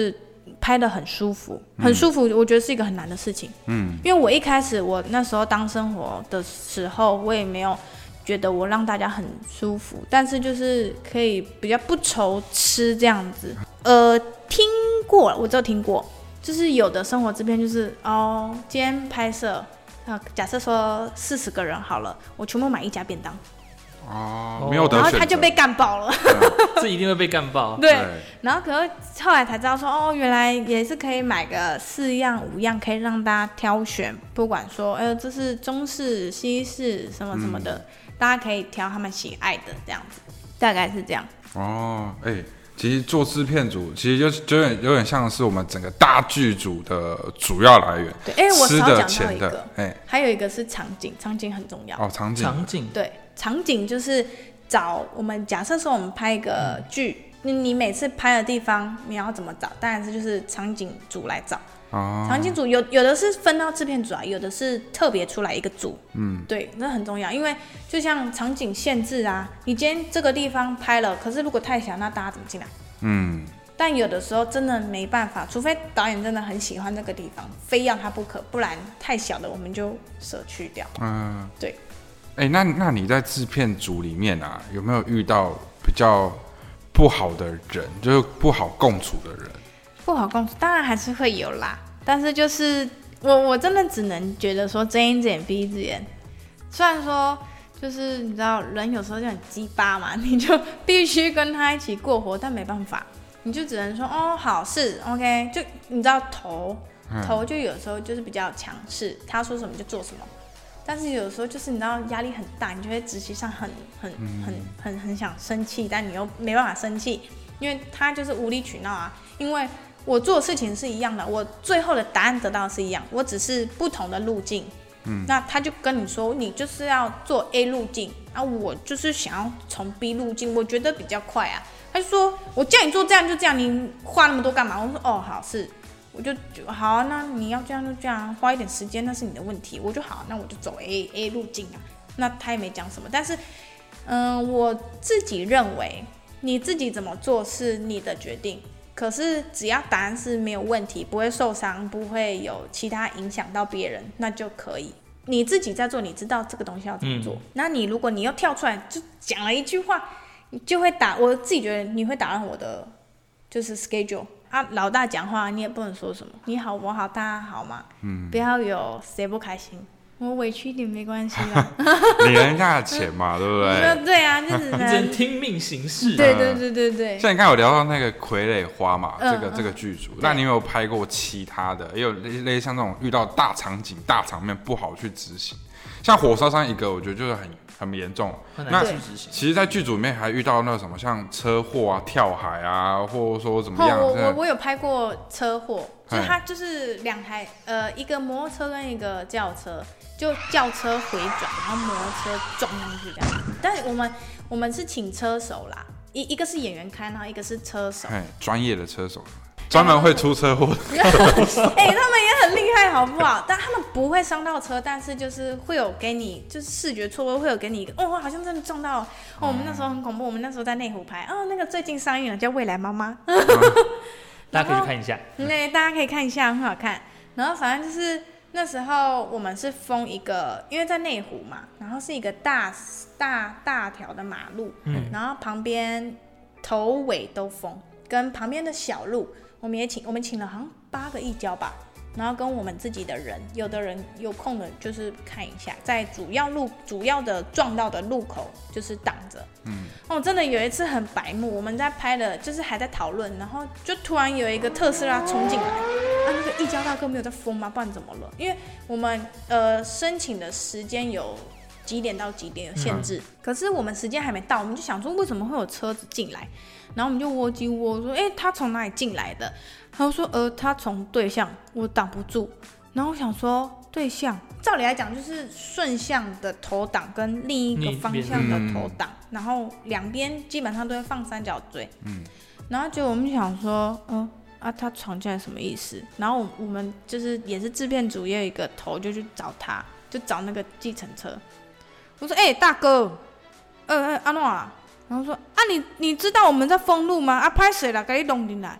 拍得很舒服，很舒服，我觉得是一个很难的事情。嗯，因为我一开始我那时候当生活的时候，我也没有觉得我让大家很舒服，但是就是可以比较不愁吃这样子。呃，听过，我只有听过，就是有的生活制片就是哦，今天拍摄，啊，假设说四十个人好了，我全部买一家便当。 哦，没有得选择， 然后他就被干爆了， 这一定会被干爆。 对，然后可是后来才知道说，哦，原来也是可以买个四样五样，可以让大家挑选，不管说，呃，这是中式、西式什么什么的，嗯、大家可以挑他们喜爱的这样子，大概是这样。 哦，哎、欸，其实做制片组，其实就就有点有点像是我们整个大剧组的主要来源。 对，哎、欸，我少讲到一个， 哎、欸， 还有一个是场景，场景很重要。 哦，场景， 场景， 对。场景就是找我们，假设说我们拍一个剧，嗯、你每次拍的地方你要怎么找？当然是就是场景组来找。哦、场景组有有的是分到制片组啊，有的是特别出来一个组。嗯，对，那很重要，因为就像场景限制啊，你今天这个地方拍了，可是如果太小，那大家怎么进来？嗯。但有的时候真的没办法，除非导演真的很喜欢这个地方，非要它不可，不然太小的我们就舍去掉。嗯，对。 哎、欸，那那你在制片组里面啊，有没有遇到比较不好的人，就是不好共处的人？ 不好共处，当然还是会有啦。但是就是我我真的只能觉得说睁一只眼闭一只眼。虽然说就是你知道人有时候就很鸡巴嘛，你就必须跟他一起过活，但没办法，你就只能说哦好是 OK， 就你知道头头就有时候就是比较强势，他说什么就做什么。但是有时候就是你知道压力很大，你就会执行上很很很很很想生气，但你又没办法生气，因为他就是无理取闹啊。因为我做的事情是一样的，我最后的答案得到的是一样，我只是不同的路径。嗯，那他就跟你说，你就是要做 A 路径，啊，我就是想要从 B 路径，我觉得比较快啊。他就说，我叫你做这样就这样，你花那么多干嘛？我说哦，好是。我就好啊，那你要这样就这样，花一点时间那是你的问题。我就好，那我就走 A A 路径啊。那他也没讲什么，但是，嗯、呃，我自己认为你自己怎么做是你的决定。可是只要答案是没有问题，不会受伤，不会有其他影响到别人，那就可以。你自己在做，你知道这个东西要怎么做。嗯、那你如果你又跳出来就讲了一句话，你就会打，我自己觉得你会打乱我的就是 schedule。啊，老大讲话你也不能说什么，你好我好大家好嘛，嗯，不要有谁不开心，我委屈一点没关系啦， 领人家的钱嘛，对不对？ 对啊，就是你只能听命行事。 对对对对对。 像你刚才有聊到那个傀儡花嘛，嗯、这个、嗯、这个剧组，那你有没有拍过其他的？也有类似像这种遇到大场景、大场面不好去执行，像火烧山一个，我觉得就是很。很严重，那其实，在剧组里面还遇到那个什么，像车祸啊、跳海啊，或者说怎么样？ 我我我有拍过车祸，就它就是两台，呃，一个摩托车跟一个轿车，就轿车回转，然后摩托车撞上去这样。但是我们我们是请车手啦，一一个是演员开，然后一个是车手， 专业的车手。专门会出车祸的， 哎、欸，他们也很厉害，好不好？但他们不会伤到车，但是就是会有给你，就是视觉错位，会有给你一个，哦，好像真的撞到了。哦，我们那时候很恐怖，我们那时候在内湖拍，哦，那个最近上映了，叫《未来妈妈》， 大家可以去看一下。 对，大家可以看一下，很好看。然后反正就是那时候我们是封一个，因为在内湖嘛，然后是一个大大大条的马路，嗯，然后旁边头尾都封，跟旁边的小路。我们也请，我们请了好像八个义交吧，然后跟我们自己的人，有的人有空的就是看一下，在主要路主要的撞到的路口就是挡着。嗯，哦，真的有一次很白目，我们在拍的，就是还在讨论，然后就突然有一个特斯拉冲进来，啊，那个义交大哥没有在疯吗？不然怎么了？因为我们呃申请的时间有几点到几点有限制，嗯、可是我们时间还没到，我们就想说为什么会有车子进来？然后我们就窝鸡窝说，哎、欸，他从哪里进来的？他就说，呃，他从对向，我挡不住。然后我想说，对向，照理来讲就是顺向的头挡跟另一个方向的头挡，嗯、然后两边基本上都会放三角锥。嗯，然后结果我们想说，嗯、呃、啊，他闯进来什么意思？然后我们就是也是制片组也有一个头，就去找他，就找那个计程车。我说，哎、欸，大哥，呃呃，安诺啊。然后说啊你，你知道我们在封路吗？啊，拍谁了？给你弄进来。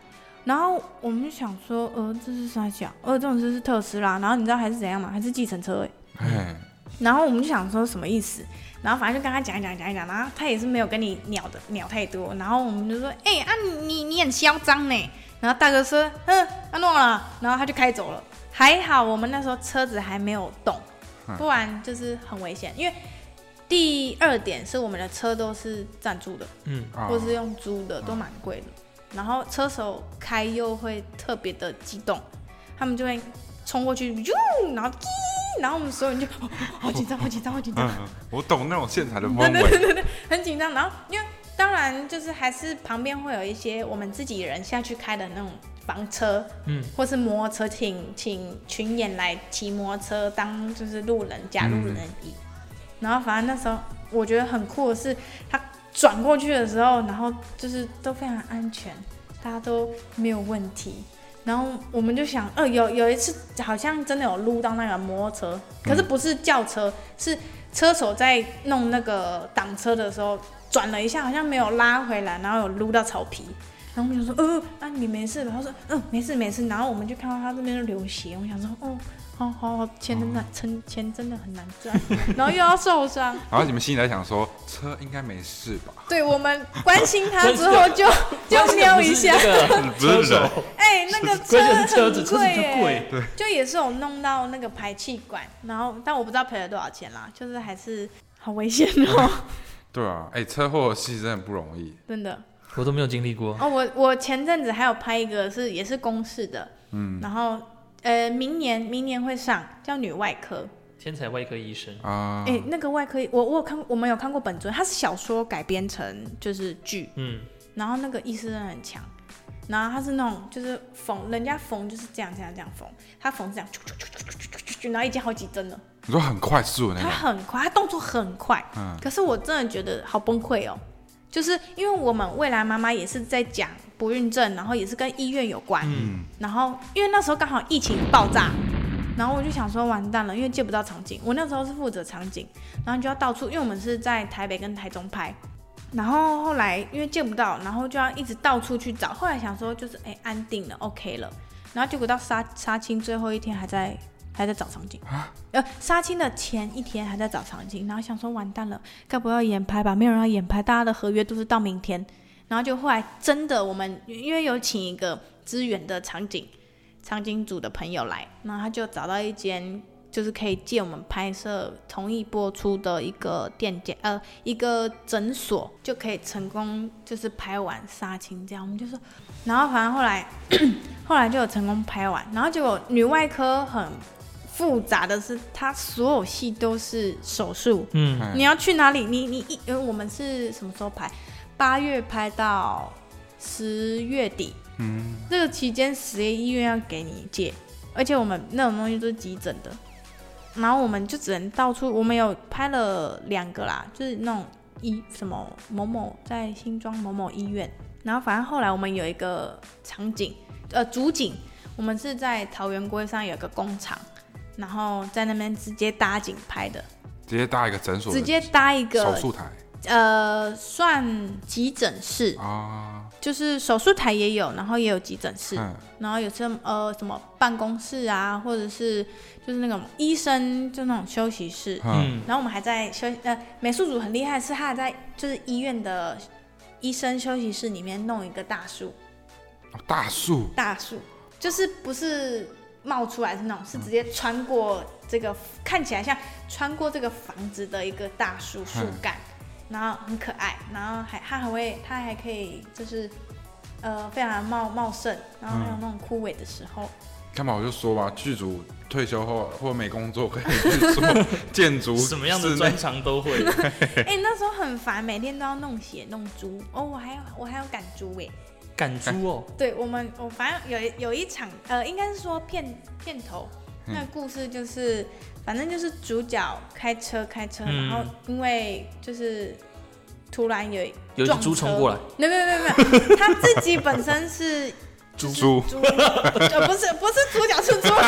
然后我们就想说，呃，这是啥小？呃，这种车是特斯拉，然后你知道还是怎样吗？还是计程车哎、欸。然后我们就想说什么意思？然后反正就跟他讲一讲讲一讲，然后他也是没有跟你鸟的鸟太多。然后我们就说，哎、欸、啊你你很嚣张呢。然后大哥说，嗯，啊弄了，然后他就开走了。还好我们那时候车子还没有动，不然就是很危险，因为。第二点是我们的车都是赞助的，嗯，或是用租的，都蛮贵的。然后车手开又会特别的激动，他们就会冲过去，然后然后我们所有人就、哦、好紧张，好紧张，好紧张、嗯。 我懂那种现场的氛围， 对对对对，很紧张。然后因为当然就是还是旁边会有一些我们自己人下去开的那种房车，嗯，或是摩托车，请请群演来骑摩托车当就是路人加路人椅。嗯，然后反正那时候我觉得很酷的是，他转过去的时候，然后就是都非常安全，大家都没有问题。然后我们就想，呃，有有一次好像真的有撸到那个摩托车，可是不是轿车，是车手在弄那个挡车的时候转了一下，好像没有拉回来，然后有撸到草皮。然后我们就说，呃，啊你没事吧？他说，嗯、呃，没事没事。然后我们就看到他这边就流血，我想说，哦。好好好，钱真的钱钱真的很难赚，然后又要受伤。 然后你们心里在想说，车应该没事吧？ 对，我们关心他之后就就瞄一下， 不是人， 哎、欸，那个车很贵耶， 对， 就也是有弄到那个排气管，然后但我不知道赔了多少钱啦，就是还是好危险哦。 对啊，哎、欸，车祸其实真的很不容易， 真的， 我都没有经历过。 哦，我我前阵子还有拍一个是也是公视的，嗯，然后。呃，明年明年会上，叫女外科， 天才外科医生啊。 哎、欸，那个外科，我我有看，我们有看过本尊，它是小说改编成就是剧，嗯，然后那个医师真的很强，然后他是那种就是缝，人家缝就是这样这样这样缝，他缝是这样，然后一接好几针了。 你说很快速的那种？ 他很快，他动作很快，嗯，可是我真的觉得好崩溃哦。就是因为我们未来妈妈也是在讲不孕症，然后也是跟医院有关，嗯，然后因为那时候刚好疫情爆炸，然后我就想说完蛋了，因为借不到场景，我那时候是负责场景，然后就要到处，因为我们是在台北跟台中拍，然后后来因为借不到，然后就要一直到处去找，后来想说就是哎、欸、安定了 OK 了，然后结果到杀杀青最后一天还在。还在找场景，呃，杀青的前一天还在找场景，然后想说完蛋了，该不会要演拍吧？没有人要演拍，大家的合约都是到明天。然后就后来真的，我们因为有请一个支援的场景场景组的朋友来，然后他就找到一间就是可以借我们拍摄、同意播出的一个店家，呃，一个诊所，就可以成功就是拍完杀青这样。我们就说，然后反正后来后来就有成功拍完，然后结果女外科很。复杂的是，它所有戏都是手术。嗯，你要去哪里？你你一，因为我们是什么时候拍？八月拍到十月底。嗯，这个期间，实验医院要给你借，而且我们那种东西都是急诊的，然后我们就只能到处。我们有拍了两个啦，就是那种医什么某某在新庄某某医院，然后反正后来我们有一个场景，呃，主景，我们是在桃园龟山有个工厂。然后在那边直接搭景拍的， 直接搭一个诊所， 直接搭一个手术台， 呃，算急诊室啊，就是手术台也有，然后也有急诊室，嗯、然后有些呃什么办公室啊，或者是就是那种医生就那种休息室，嗯，然后我们还在休呃美术组很厉害，是他还在就是医院的医生休息室里面弄一个大树， 哦、大树， 大树就是不是。冒出来是那种，是直接穿过这个，看起来像穿过这个房子的一个大树树干，然后很可爱，然后还它还会，它还可以就是呃非常茂茂盛，然后还有那种枯萎的时候。 干嘛我就说吧，剧组退休后或没工作可以去做建筑， 什么样的专长都会。 哎、欸，那时候很烦，每天都要弄血弄猪哦，我还有我还有赶猪哎。 赶猪哦， 对我们，我反正有有一场，呃，应该是说片片头，那个故事就是，嗯、反正就是主角开车开车，嗯、然后因为就是突然有有一只猪冲过来， 没有没有没有没有，他自己本身是猪猪，呃不是不是主角是猪，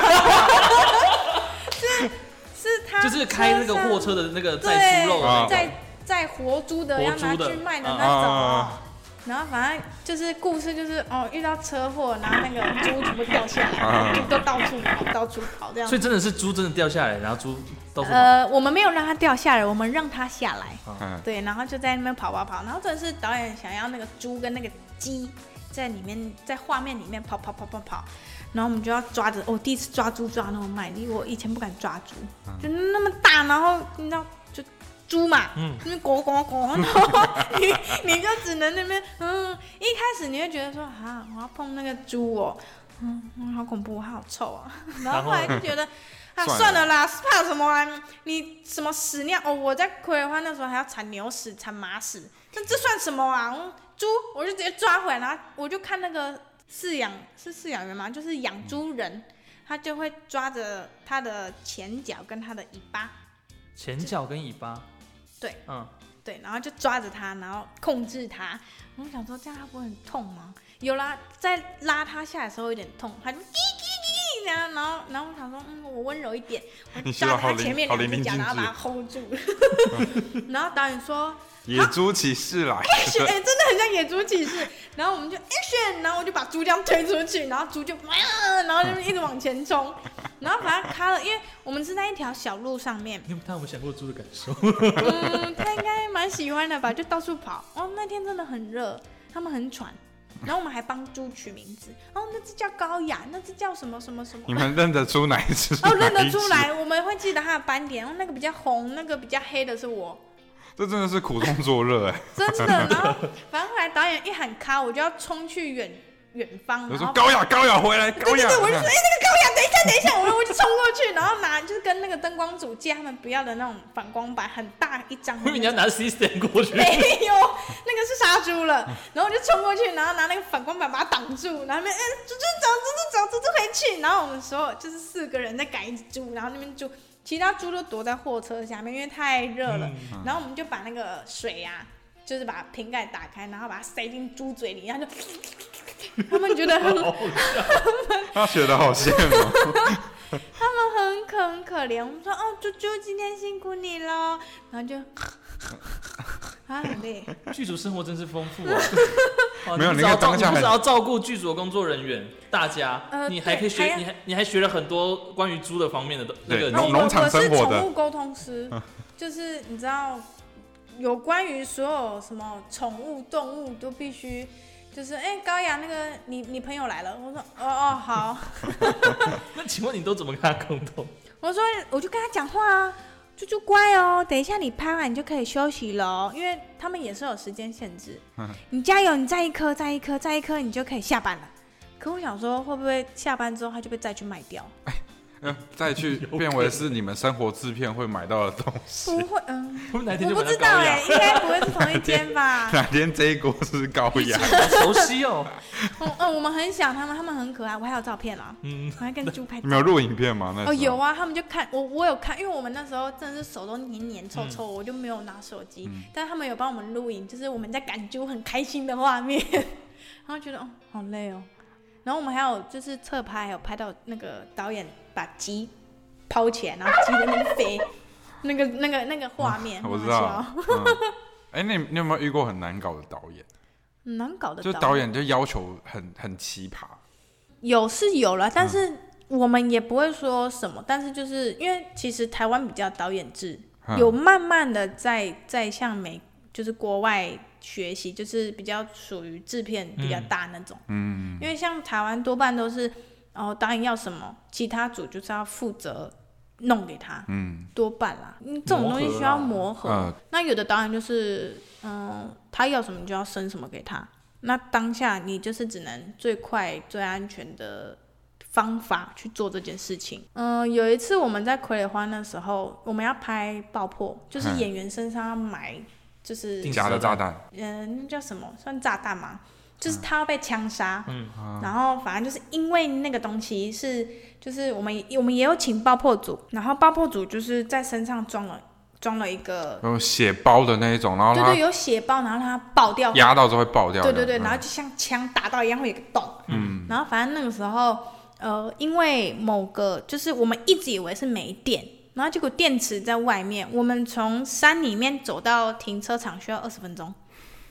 是是他就是开那个货车的那个载猪肉， 在在活猪的要拿去卖的那种。 然后反正就是故事就是哦，遇到车祸，然后那个猪全部掉下来，猪都到处跑，到处跑这样。 所以真的是猪真的掉下来，然后猪到处跑。 呃，我们没有让它掉下来，我们让它下来。 嗯， 对，然后就在那边跑跑跑，然后真的是导演想要那个猪跟那个鸡在里面，在画面里面跑跑跑跑跑，然后我们就要抓着。我、哦、第一次抓猪抓那么卖力，我以前不敢抓猪，嗯、就那么大，然后你知道就。猪嘛，嗯，那边咕咕咕，然后你你就只能那边，嗯，一开始你会觉得说，啊，我要碰那个猪哦，嗯，好恐怖，好臭啊，然后后来就觉得，啊，算了啦，怕什么啊？你什么屎尿？哦，我在葵花那时候还要铲牛屎、铲马屎，那这算什么啊？嗯、猪，我就直接抓回来，然后我就看那个饲养是饲养员嘛，就是养猪人，他就会抓着他的前脚跟他的尾巴， 前脚跟尾巴。 对， 嗯， 对，然后就抓着它，然后控制它。我想说，这样它不会很痛吗？有啦，在拉它下来的时候有点痛，它就叽叽叽，然后，然后，然后我想说，嗯，我温柔一点，我抓着它前面两只脚，然后把它 hold 住。然后导演说。 野猪骑士来， 哎、欸，真的很像野猪骑士。然后我们就 action， 然后我就把猪这样推出去，然后猪就哇，然后就一直往前冲。然后把它卡了，因为我们是在一条小路上面。 你他有没有想过猪的感受？ 嗯，他应该蛮喜欢的吧，就到处跑。哦，那天真的很热，他们很喘。然后我们还帮猪取名字，哦，那只叫高雅，那只叫什么什么什么。 你们认得出哪一只？ 哦，认得出来，我们会记得它的斑点。哦，那个比较红，那个比较黑的是我。 这真的是苦中作乐哎！ 真的，然后反正后来导演一喊卡，我就要冲去远远方。 我说高雅高雅回来，高雅！ 对对对，我就说哎、欸、那个高雅，等一下等一下，我我就冲过去，然后拿就是跟那个灯光组借他们不要的那种反光板，很大一张。 我以为你要拿 system 过去。 没有，那个是杀猪了。然后我就冲过去，然后拿那个反光板把它挡住，然后那边哎猪猪走猪猪走猪猪回去，然后我们所有就是四个人在赶一只猪，然后那边猪。其他猪都躲在货车下面，因为太热了。嗯、然后我们就把那个水啊，就是把瓶盖打开，然后把它塞进猪嘴里，然后就他们觉得很， 他学的好羡慕。 他们很可很可怜。我们说哦，猪猪今天辛苦你了，然后就他很累。 剧组生活真是丰富啊！ 没有， 你要照，你不只要照顾剧组的工作人员，大家，呃、你还可以学，你还你还学了很多关于猪的方面的那个农农场生活的。 我是宠物沟通师，就是你知道，有关于所有什么宠物动物都必须，就是哎、欸、高雅那个你你朋友来了，我说哦哦好。 那请问你都怎么跟他沟通？ 我说我就跟他讲话啊。猪猪乖哦，等一下你拍完你就可以休息了，因为他们也是有时间限制。你加油，你再一颗，再一颗，再一颗，你就可以下班了。可我想说，会不会下班之后他就被再去卖掉？ 哎，再去变为是你们生活制片会买到的东西？ 不会，嗯， 我哪天就我不知道哎、欸，应该不会是同一间吧？ 哪天这一锅是高雅？ 好熟悉哦。 嗯嗯，我们很想他们，他们很可爱，我还有照片啦，嗯，我还跟猪拍照。 你没有录影片吗？那哦有啊，他们就看我，我有看，因为我们那时候真的是手都黏黏臭臭，嗯、我就没有拿手机，嗯、但他们有帮我们录影，就是我们在赶猪很开心的画面，然后觉得哦好累哦，然后我们还有就是侧拍，还有拍到那个导演把鸡抛起来，然后鸡在那边飞，那个那个那个画面、 嗯，我知道。哎、嗯，欸，你你有没有遇过很难搞的导演？ 很难搞的导演， 就导演就要求很很奇葩。 有是有了，但是我们也不会说什么。嗯、但是就是因为其实台湾比较导演制，嗯、有慢慢的在在向美就是国外学习，就是比较属于制片比较大那种。嗯，因为像台湾多半都是。哦，导演要什么，其他组就是要负责弄给他，嗯，多半啦，这种东西需要磨合。磨合那有的导演就是，嗯，他要什么你就要生什么给他。那当下你就是只能最快、最安全的方法去做这件事情。嗯，有一次我们在傀儡花那时候，我们要拍爆破，就是演员身上要埋，就是假的炸弹， 嗯，那叫什么？算炸弹吗？就是他要被枪杀，嗯，然后反正就是因为那个东西是，就是我们我们也有请爆破组，然后爆破组就是在身上装了装了一个有血包的那一种，然后对对有血包，然后让它爆掉， 压到之后会爆掉， 对对对，嗯、然后就像枪打到一样会有一个洞，嗯，然后反正那个时候呃，因为某个就是我们一直以为是没电，然后结果电池在外面，我们从山里面走到停车场需要二十分钟。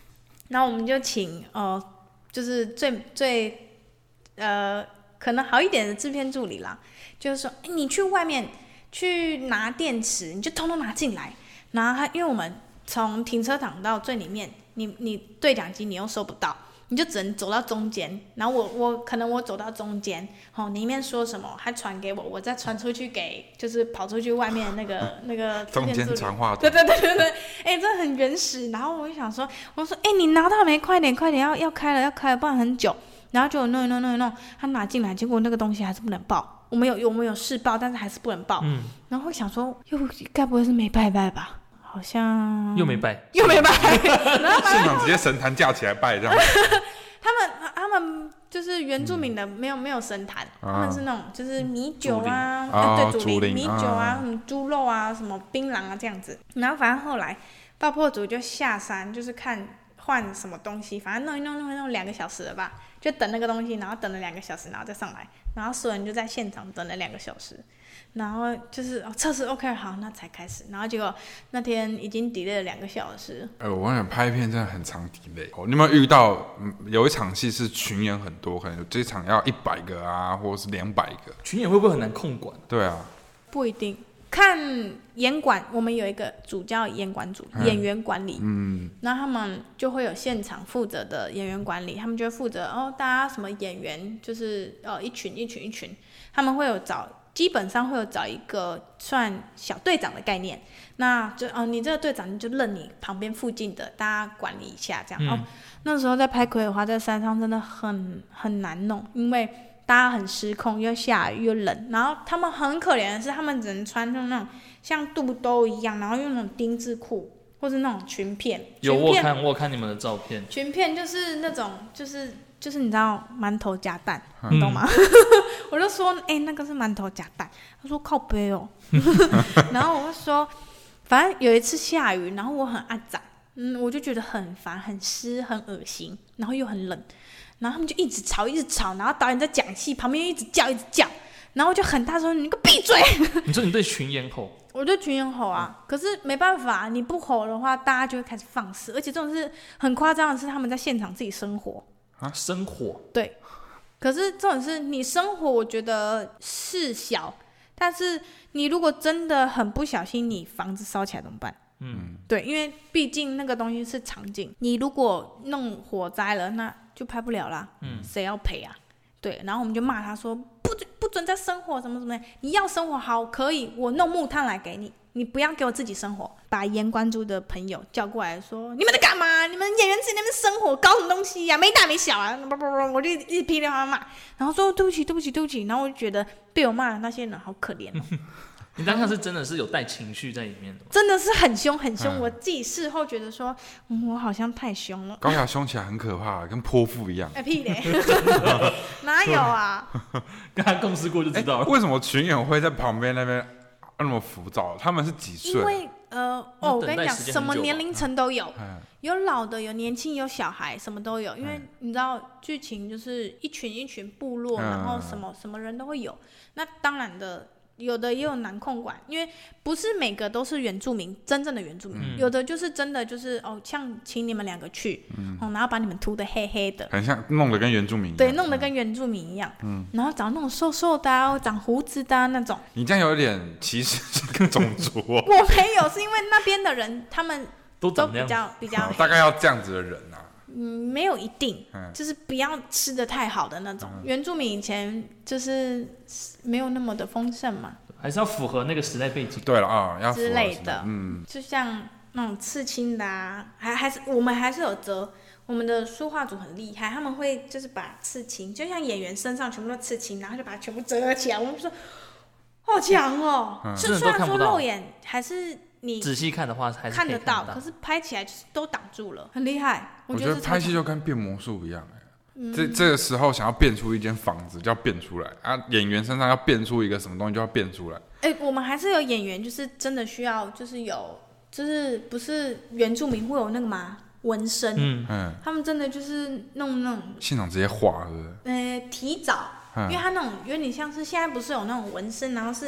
然后我们就请呃，就是最最呃可能好一点的制片助理啦，就是说，哎，你去外面去拿电池，你就通通拿进来。然后他因为我们从停车场到最里面，你你对讲机你又收不到。你就只能走到中间，然后我我可能我走到中间，哦，里面说什么，他传给我，我再传出去给，就是跑出去外面的那个那个中间传话筒， 对对对对对，哎、欸，这很原始。然后我就想说，我说，哎、欸，你拿到没？快点快点，要要开了要开了，不然很久。然后就弄一弄弄一弄，他拿进来，结果那个东西还是不能报。我们有我们有试报，但是还是不能报。嗯。然后我想说，又该不会是没拜拜吧？好像又没拜， 又没拜，然后现场直接神坛架起来拜这样。 他们他们就是原住民的，没有没有神坛，嗯、他们是那种就是米酒啊，啊对，祖灵米酒啊，什么猪肉啊，什么槟榔啊这样子。然后反正后来爆破组就下山，就是看换什么东西，反正弄一弄弄一弄两个小时了吧，就等那个东西，然后等了两个小时，然后再上来，然后所有人就在现场等了两个小时。然后就是测试 OK 好，那才开始。然后结果那天已经 delay 了两个小时。哎、 欸，我跟你讲，拍片真的很常 delay。哦，你有没有遇到、嗯、有一场戏是群演很多，可能这场要一百个啊，或者是两百个？ 群演会不会很难控管？ 对啊， 不一定。看演管，我们有一个组叫演管组，嗯、演员管理。嗯，然后他们就会有现场负责的演员管理，他们就会负责哦，大家什么演员就是呃一群一群一群，他们会有找。基本上会有找一个算小队长的概念，那就哦，你这个队长你就任你旁边附近的大家管理一下这样。嗯、哦，那时候在拍葵花在山上真的很很难弄，因为大家很失控，又下雨又冷，然后他们很可怜的是，他们只能穿那种像肚兜一样，然后用那种丁字裤或是那种裙片。 有我看我看你们的照片， 裙片就是那种就是就是你知道馒头夹蛋，嗯、你懂吗？我就说，哎、欸，那个是馒头夹蛋。他说靠背哦，然后我就说，反正有一次下雨，然后我很阿杂，嗯，我就觉得很烦、很湿、很恶心，然后又很冷，然后他们就一直吵、一直吵，然后导演在讲戏，旁边一直叫、一直叫，然后我就很大声，你给我闭嘴！ 你说你对群演吼？ 我对群演吼啊，嗯、可是没办法，你不吼的话，大家就会开始放肆，而且这种是很夸张的是，他们在现场自己生火啊，生火， 对。可是这种是你生活，我觉得是小，但是你如果真的很不小心，你房子烧起来怎么办？嗯，对，因为毕竟那个东西是场景，你如果弄火灾了，那就拍不了啦。嗯，谁要赔啊？对，然后我们就骂他说不不准再生火什么什么的，你要生火好可以，我弄木炭来给你。你不要给我自己生活，把严关注的朋友叫过来说：“你们在干嘛？你们演员自己那边生活，搞什么东西呀、啊？没大没小啊！”不不不，我就一直噼里啪啦骂，然后说：“对不起，对不起，对不起。”然后我就觉得被我骂的那些人好可怜哦。 你当下是真的是有带情绪在里面的， 真的是很凶很凶。嗯、我自己事后觉得说，嗯、我好像太凶了。 高雅凶起来很可怕，跟泼妇一样。 哎、欸、屁嘞，哪有啊？ 跟他共事过就知道了。 欸、为什么群演会在旁边那边？那么浮躁，他们是几岁？ 因为呃，哦，我跟你讲，什么年龄层都有，嗯、有老的，有年轻，有小孩，什么都有。因为你知道，剧情就是一群一群部落，嗯、然后什么什么人都会有。那当然的，有的也有难控管，因为不是每个都是原住民，真正的原住民，嗯、有的就是真的就是哦，像请你们两个去，嗯哦，然后把你们涂得黑黑的， 很像弄得跟原住民一样， 对，弄得跟原住民一样，嗯，然后长那种瘦瘦的、啊，长胡子的、啊、那种。 你这样有点歧视这个种族哦。 我没有，是因为那边的人他们都比较比较、 哦，大概要这样子的人啊。 嗯，没有一定，嗯、就是不要吃得太好的那种。嗯、原住民以前就是没有那么的丰盛嘛， 还是要符合那个时代背景。 对了啊，要符合之类的，嗯，就像那种刺青的啊，还还是我们还是有折。我们的书画组很厉害，他们会就是把刺青，就像演员身上全部都刺青，然后就把它全部折起来。我们就说好强哦，嗯、是虽然说肉眼还是。你仔细看的话还是可以看得到，可是拍起来就是都挡住了，很厉害。 我觉得拍戏就跟变魔术一样、欸嗯、这这个时候想要变出一间房子就要变出来啊，演员身上要变出一个什么东西就要变出来。 哎、欸，我们还是有演员，就是真的需要，就是有，就是不是原住民会有那个吗？纹身，嗯嗯，他们真的就是弄那种现场直接画，是不是？ 呃，提早，嗯、因为他那种有点像是现在不是有那种纹身，然后是。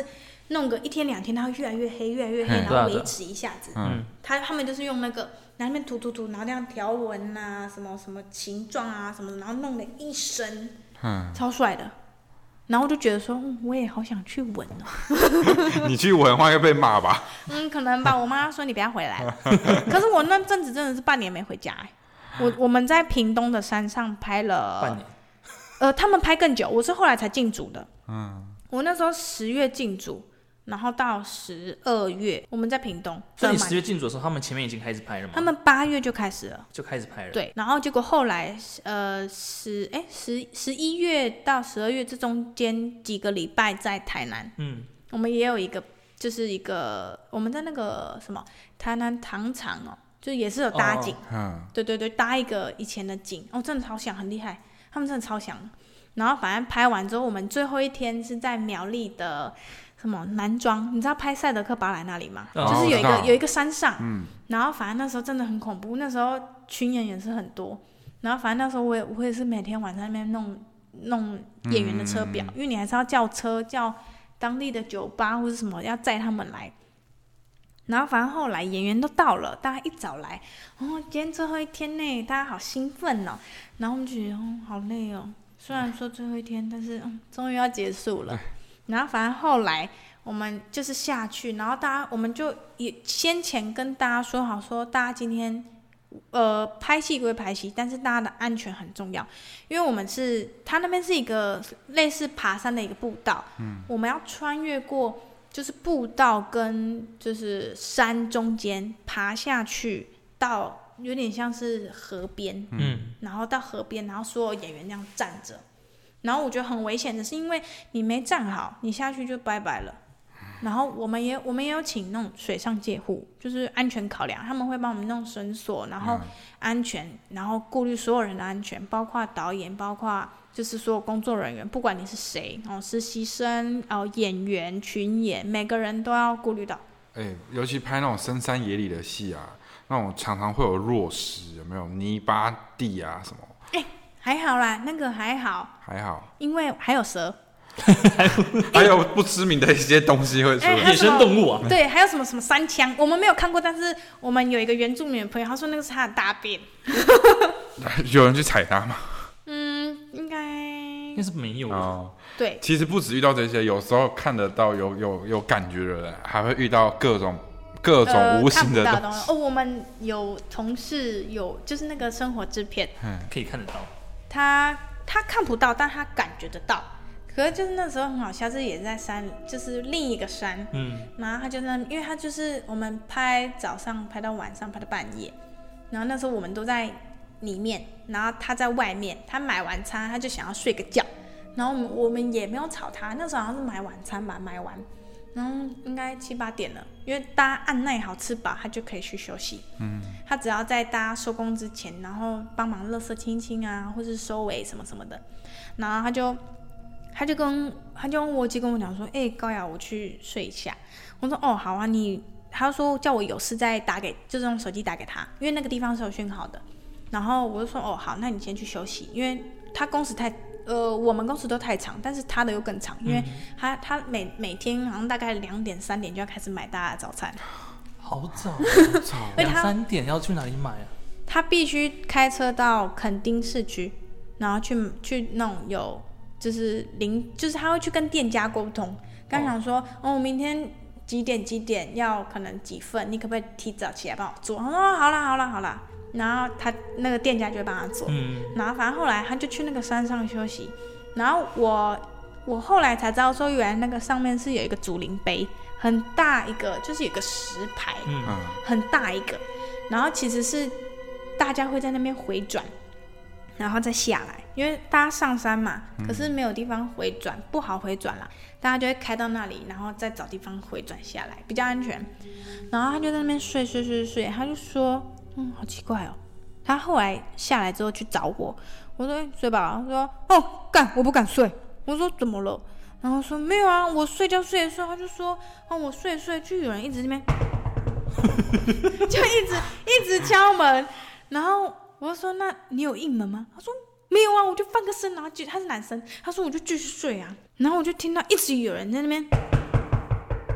弄个一天两天，它会越来越黑，越来越黑， 嗯然后维持一下子。 嗯， 他他们就是用那个，然后那边涂涂涂，然后这样条纹啊，什么什么形状啊什么的，然后弄了一身， 嗯， 超帅的。然后我就觉得说，嗯，我也好想去闻哦。 你去闻的话会被骂吧？ 嗯，可能吧。我妈说你不要回来了。可是我那阵子真的是半年没回家、欸。我我们在屏东的山上拍了半年， 呃，他们拍更久，我是后来才进组的。 嗯， 我那时候十月进组，然后到十二月我们在屏东。 所以你十月进组的时候，他们前面已经开始拍了吗？ 他们八月就开始了， 就开始拍了。 对，然后结果后来呃十哎十十一月到十二月这中间几个礼拜在台南， 嗯， 我们也有一个就是一个我们在那个什么台南糖厂哦，就也是有搭景， 嗯， 对对对，搭一个以前的景，哦，真的超想，很厉害，他们真的超想。然后反正拍完之后，我们最后一天是在苗栗的什么南庄，你知道拍赛德克巴莱那里吗？ 哦就是有一我知道个有一个山上， 嗯， 然后反正那时候真的很恐怖，那时候群演也是很多，然后反正那时候我也我也是每天晚上那边弄弄演员的车表， 嗯因为你还是要叫车叫当地的酒吧或者什么要载他们来。然后反正后来演员都到了，大家一早来，哦，今天最后一天呢，大家好兴奋哦。然后我们就觉得，哦，好累哦。虽然说最后一天，但是嗯，终于要结束了。然后反正后来我们就是下去，然后大家我们就也先前跟大家说好，说大家今天呃拍戏归拍戏，但是大家的安全很重要，因为我们是他那边是一个类似爬山的一个步道，嗯，我们要穿越过。就是步道跟就是山中间爬下去，到有点像是河边， 嗯， 然后到河边，然后所有演员那样站着，然后我觉得很危险的是，因为你没站好，你下去就拜拜了。然后我们也我们也有请那种水上戒护，就是安全考量，他们会帮我们弄绳索，然后安全，然后顾虑所有人的安全，包括导演，包括。就是所有工作人员，不管你是谁，哦，实习生，哦，演员、群演，每个人都要顾虑到。 哎、欸，尤其拍那种深山野里的戏啊，那种常常会有落石，有没有泥巴地啊什么？ 哎、欸，还好啦，那个还好， 还好， 因为还有蛇， 还有不知名的一些东西会出现， 欸、 野生动物啊。 对，还有什么什么山枪，我们没有看过，但是我们有一个原住民的朋友，他说那个是他的大便。 有人去踩它吗？ 嗯，应该应该是没有哦。 对， 其实不止遇到这些，有时候看得到有有有感觉的人，还会遇到各种各种无形的东西。 呃、哦，我们有同事有就是那个生活制片， 嗯， 可以看得到。 他他看不到，但他感觉得到。可是就是那时候很好笑，这也是在山，就是另一个山， 嗯， 然后他就那，因为他就是我们拍早上拍到晚上，拍到半夜，然后那时候我们都在里面，然后他在外面，他买完餐他就想要睡个觉，然后我们我们也没有吵他，那时候好像是买晚餐吧，买完，然后应该七八点了，因为大家按耐好吃饱，他就可以去休息。嗯，他只要在大家收工之前，然后帮忙垃圾清清啊，或是收尾什么什么的，然后他就他就跟他就跟我姐跟我讲说，哎、欸，高雅，我去睡一下。我说哦好啊，你他说叫我有事再打给，就是用手机打给他，因为那个地方是有讯号的。然后我就说哦好，那你先去休息，因为他工时太呃我们工时都太长，但是他的又更长，因为他他每每天好像大概两点三点就要开始买大家的早餐， 好早， 好早， 两三点要去哪里买啊？ 他必须开车到垦丁市区，然后去去那种有就是零，就是他会去跟店家沟通，跟他讲说哦，哦明天几点几点要可能几份，你可不可以提早起来帮我做？他说哦好啦好啦好啦。然后他那个店家就会帮他做，嗯，然后反正后来他就去那个山上休息，然后我我后来才知道说，原来那个上面是有一个祖灵碑，很大一个，就是有个石牌，嗯，很大一个，然后其实是大家会在那边回转，然后再下来，因为大家上山嘛，可是没有地方回转，嗯、不好回转啦，大家就会开到那里，然后再找地方回转下来，比较安全。然后他就在那边睡睡睡睡，他就说。嗯，好奇怪哦。他后来下来之后去找我，我说、欸、睡吧。他说哦，干，我不敢睡。我说怎么了？然后说没有啊，我睡觉睡的时候，他就说哦，我睡睡，就有人一直在那边，就一直一直敲门。然后我就说那你有应门吗？他说没有啊，我就翻个身，然后就他是男生，他说我就继续睡啊。然后我就听到一直有人在那边，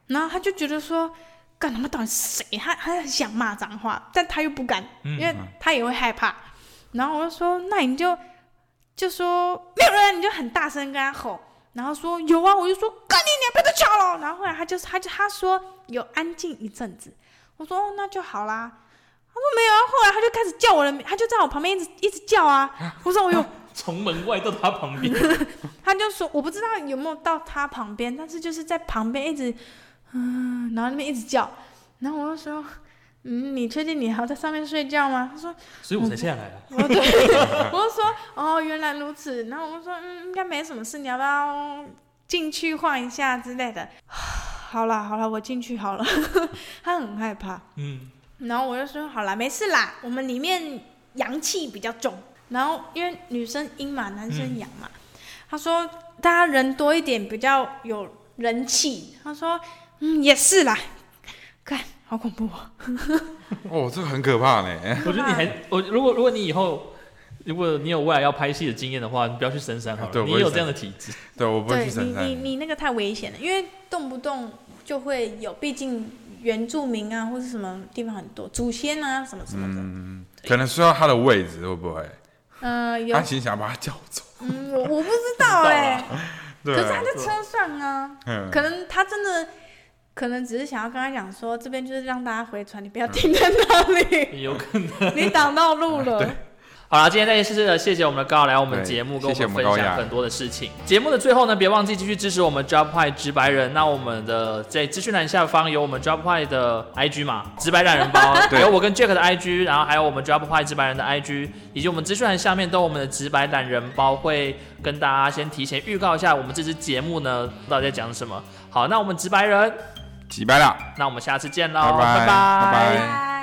然后他就觉得说，干他妈到底是谁？他他很想骂脏话，但他又不敢，因为他也会害怕。然后我就说，那你就就说没有人，你就很大声跟他吼。然后说有啊，我就说干你娘，不要再吵了。然后后来他就他就他说有安静一阵子，我说、哦、那就好啦。他说没有啊，后来他就开始叫我的名，他就在我旁边一直一直叫啊。我说我有从门外到他旁边， 他就说我不知道有没有到他旁边，但是就是在旁边一直嗯，然后那边一直叫。然后我就说嗯，你确定你还要在上面睡觉吗？他说， 所以我才下来啊。 我对，我就说哦，原来如此。然后我就说嗯，应该没什么事，你要不要进去晃一下之类的？好啦好啦，我进去好了。他很害怕，嗯。然后我就说好啦，没事啦，我们里面阳气比较重。然后因为女生阴嘛，男生阳嘛。嗯、他说大家人多一点比较有人气。他说嗯，也是啦。看。好恐怖啊！ 哦，这个很可怕呢。 我觉得你还，我如果如果你以后，如果你有未来要拍戏的经验的话，你不要去深山好了。你有这样的体质。 对，我不会去深山。 你你你那个太危险了，因为动不动就会有，毕竟原住民啊，或是什么地方很多，祖先啊，什么什么的。嗯， 可能需要他的位置，会不会？ 呃，有。 他其实想把他叫走。 嗯，我我不知道哎、欸。可是他在车上啊，可能他真的。可能只是想要跟他讲说，这边就是让大家回传，你不要停在那里， 有可能你挡到路了。 对，好啦，今天再次谢谢我们的高来我们节目，跟我们分享很多的事情。节目的最后呢，别忘记继续支持我们 Dropify 直白人。那我们的在资讯栏下方有我们 Dropify 的 I G 嘛，直白懒人包，有我跟 Jack 的 I G， 然后还有我们 Dropify 直白人的 I G， 以及我们资讯栏下面都有我们的直白懒人包，会跟大家先提前预告一下我们这支节目呢到底在讲什么。好，那我们直白人。 几拜了， 那我们下次见喽， 拜拜。 拜拜。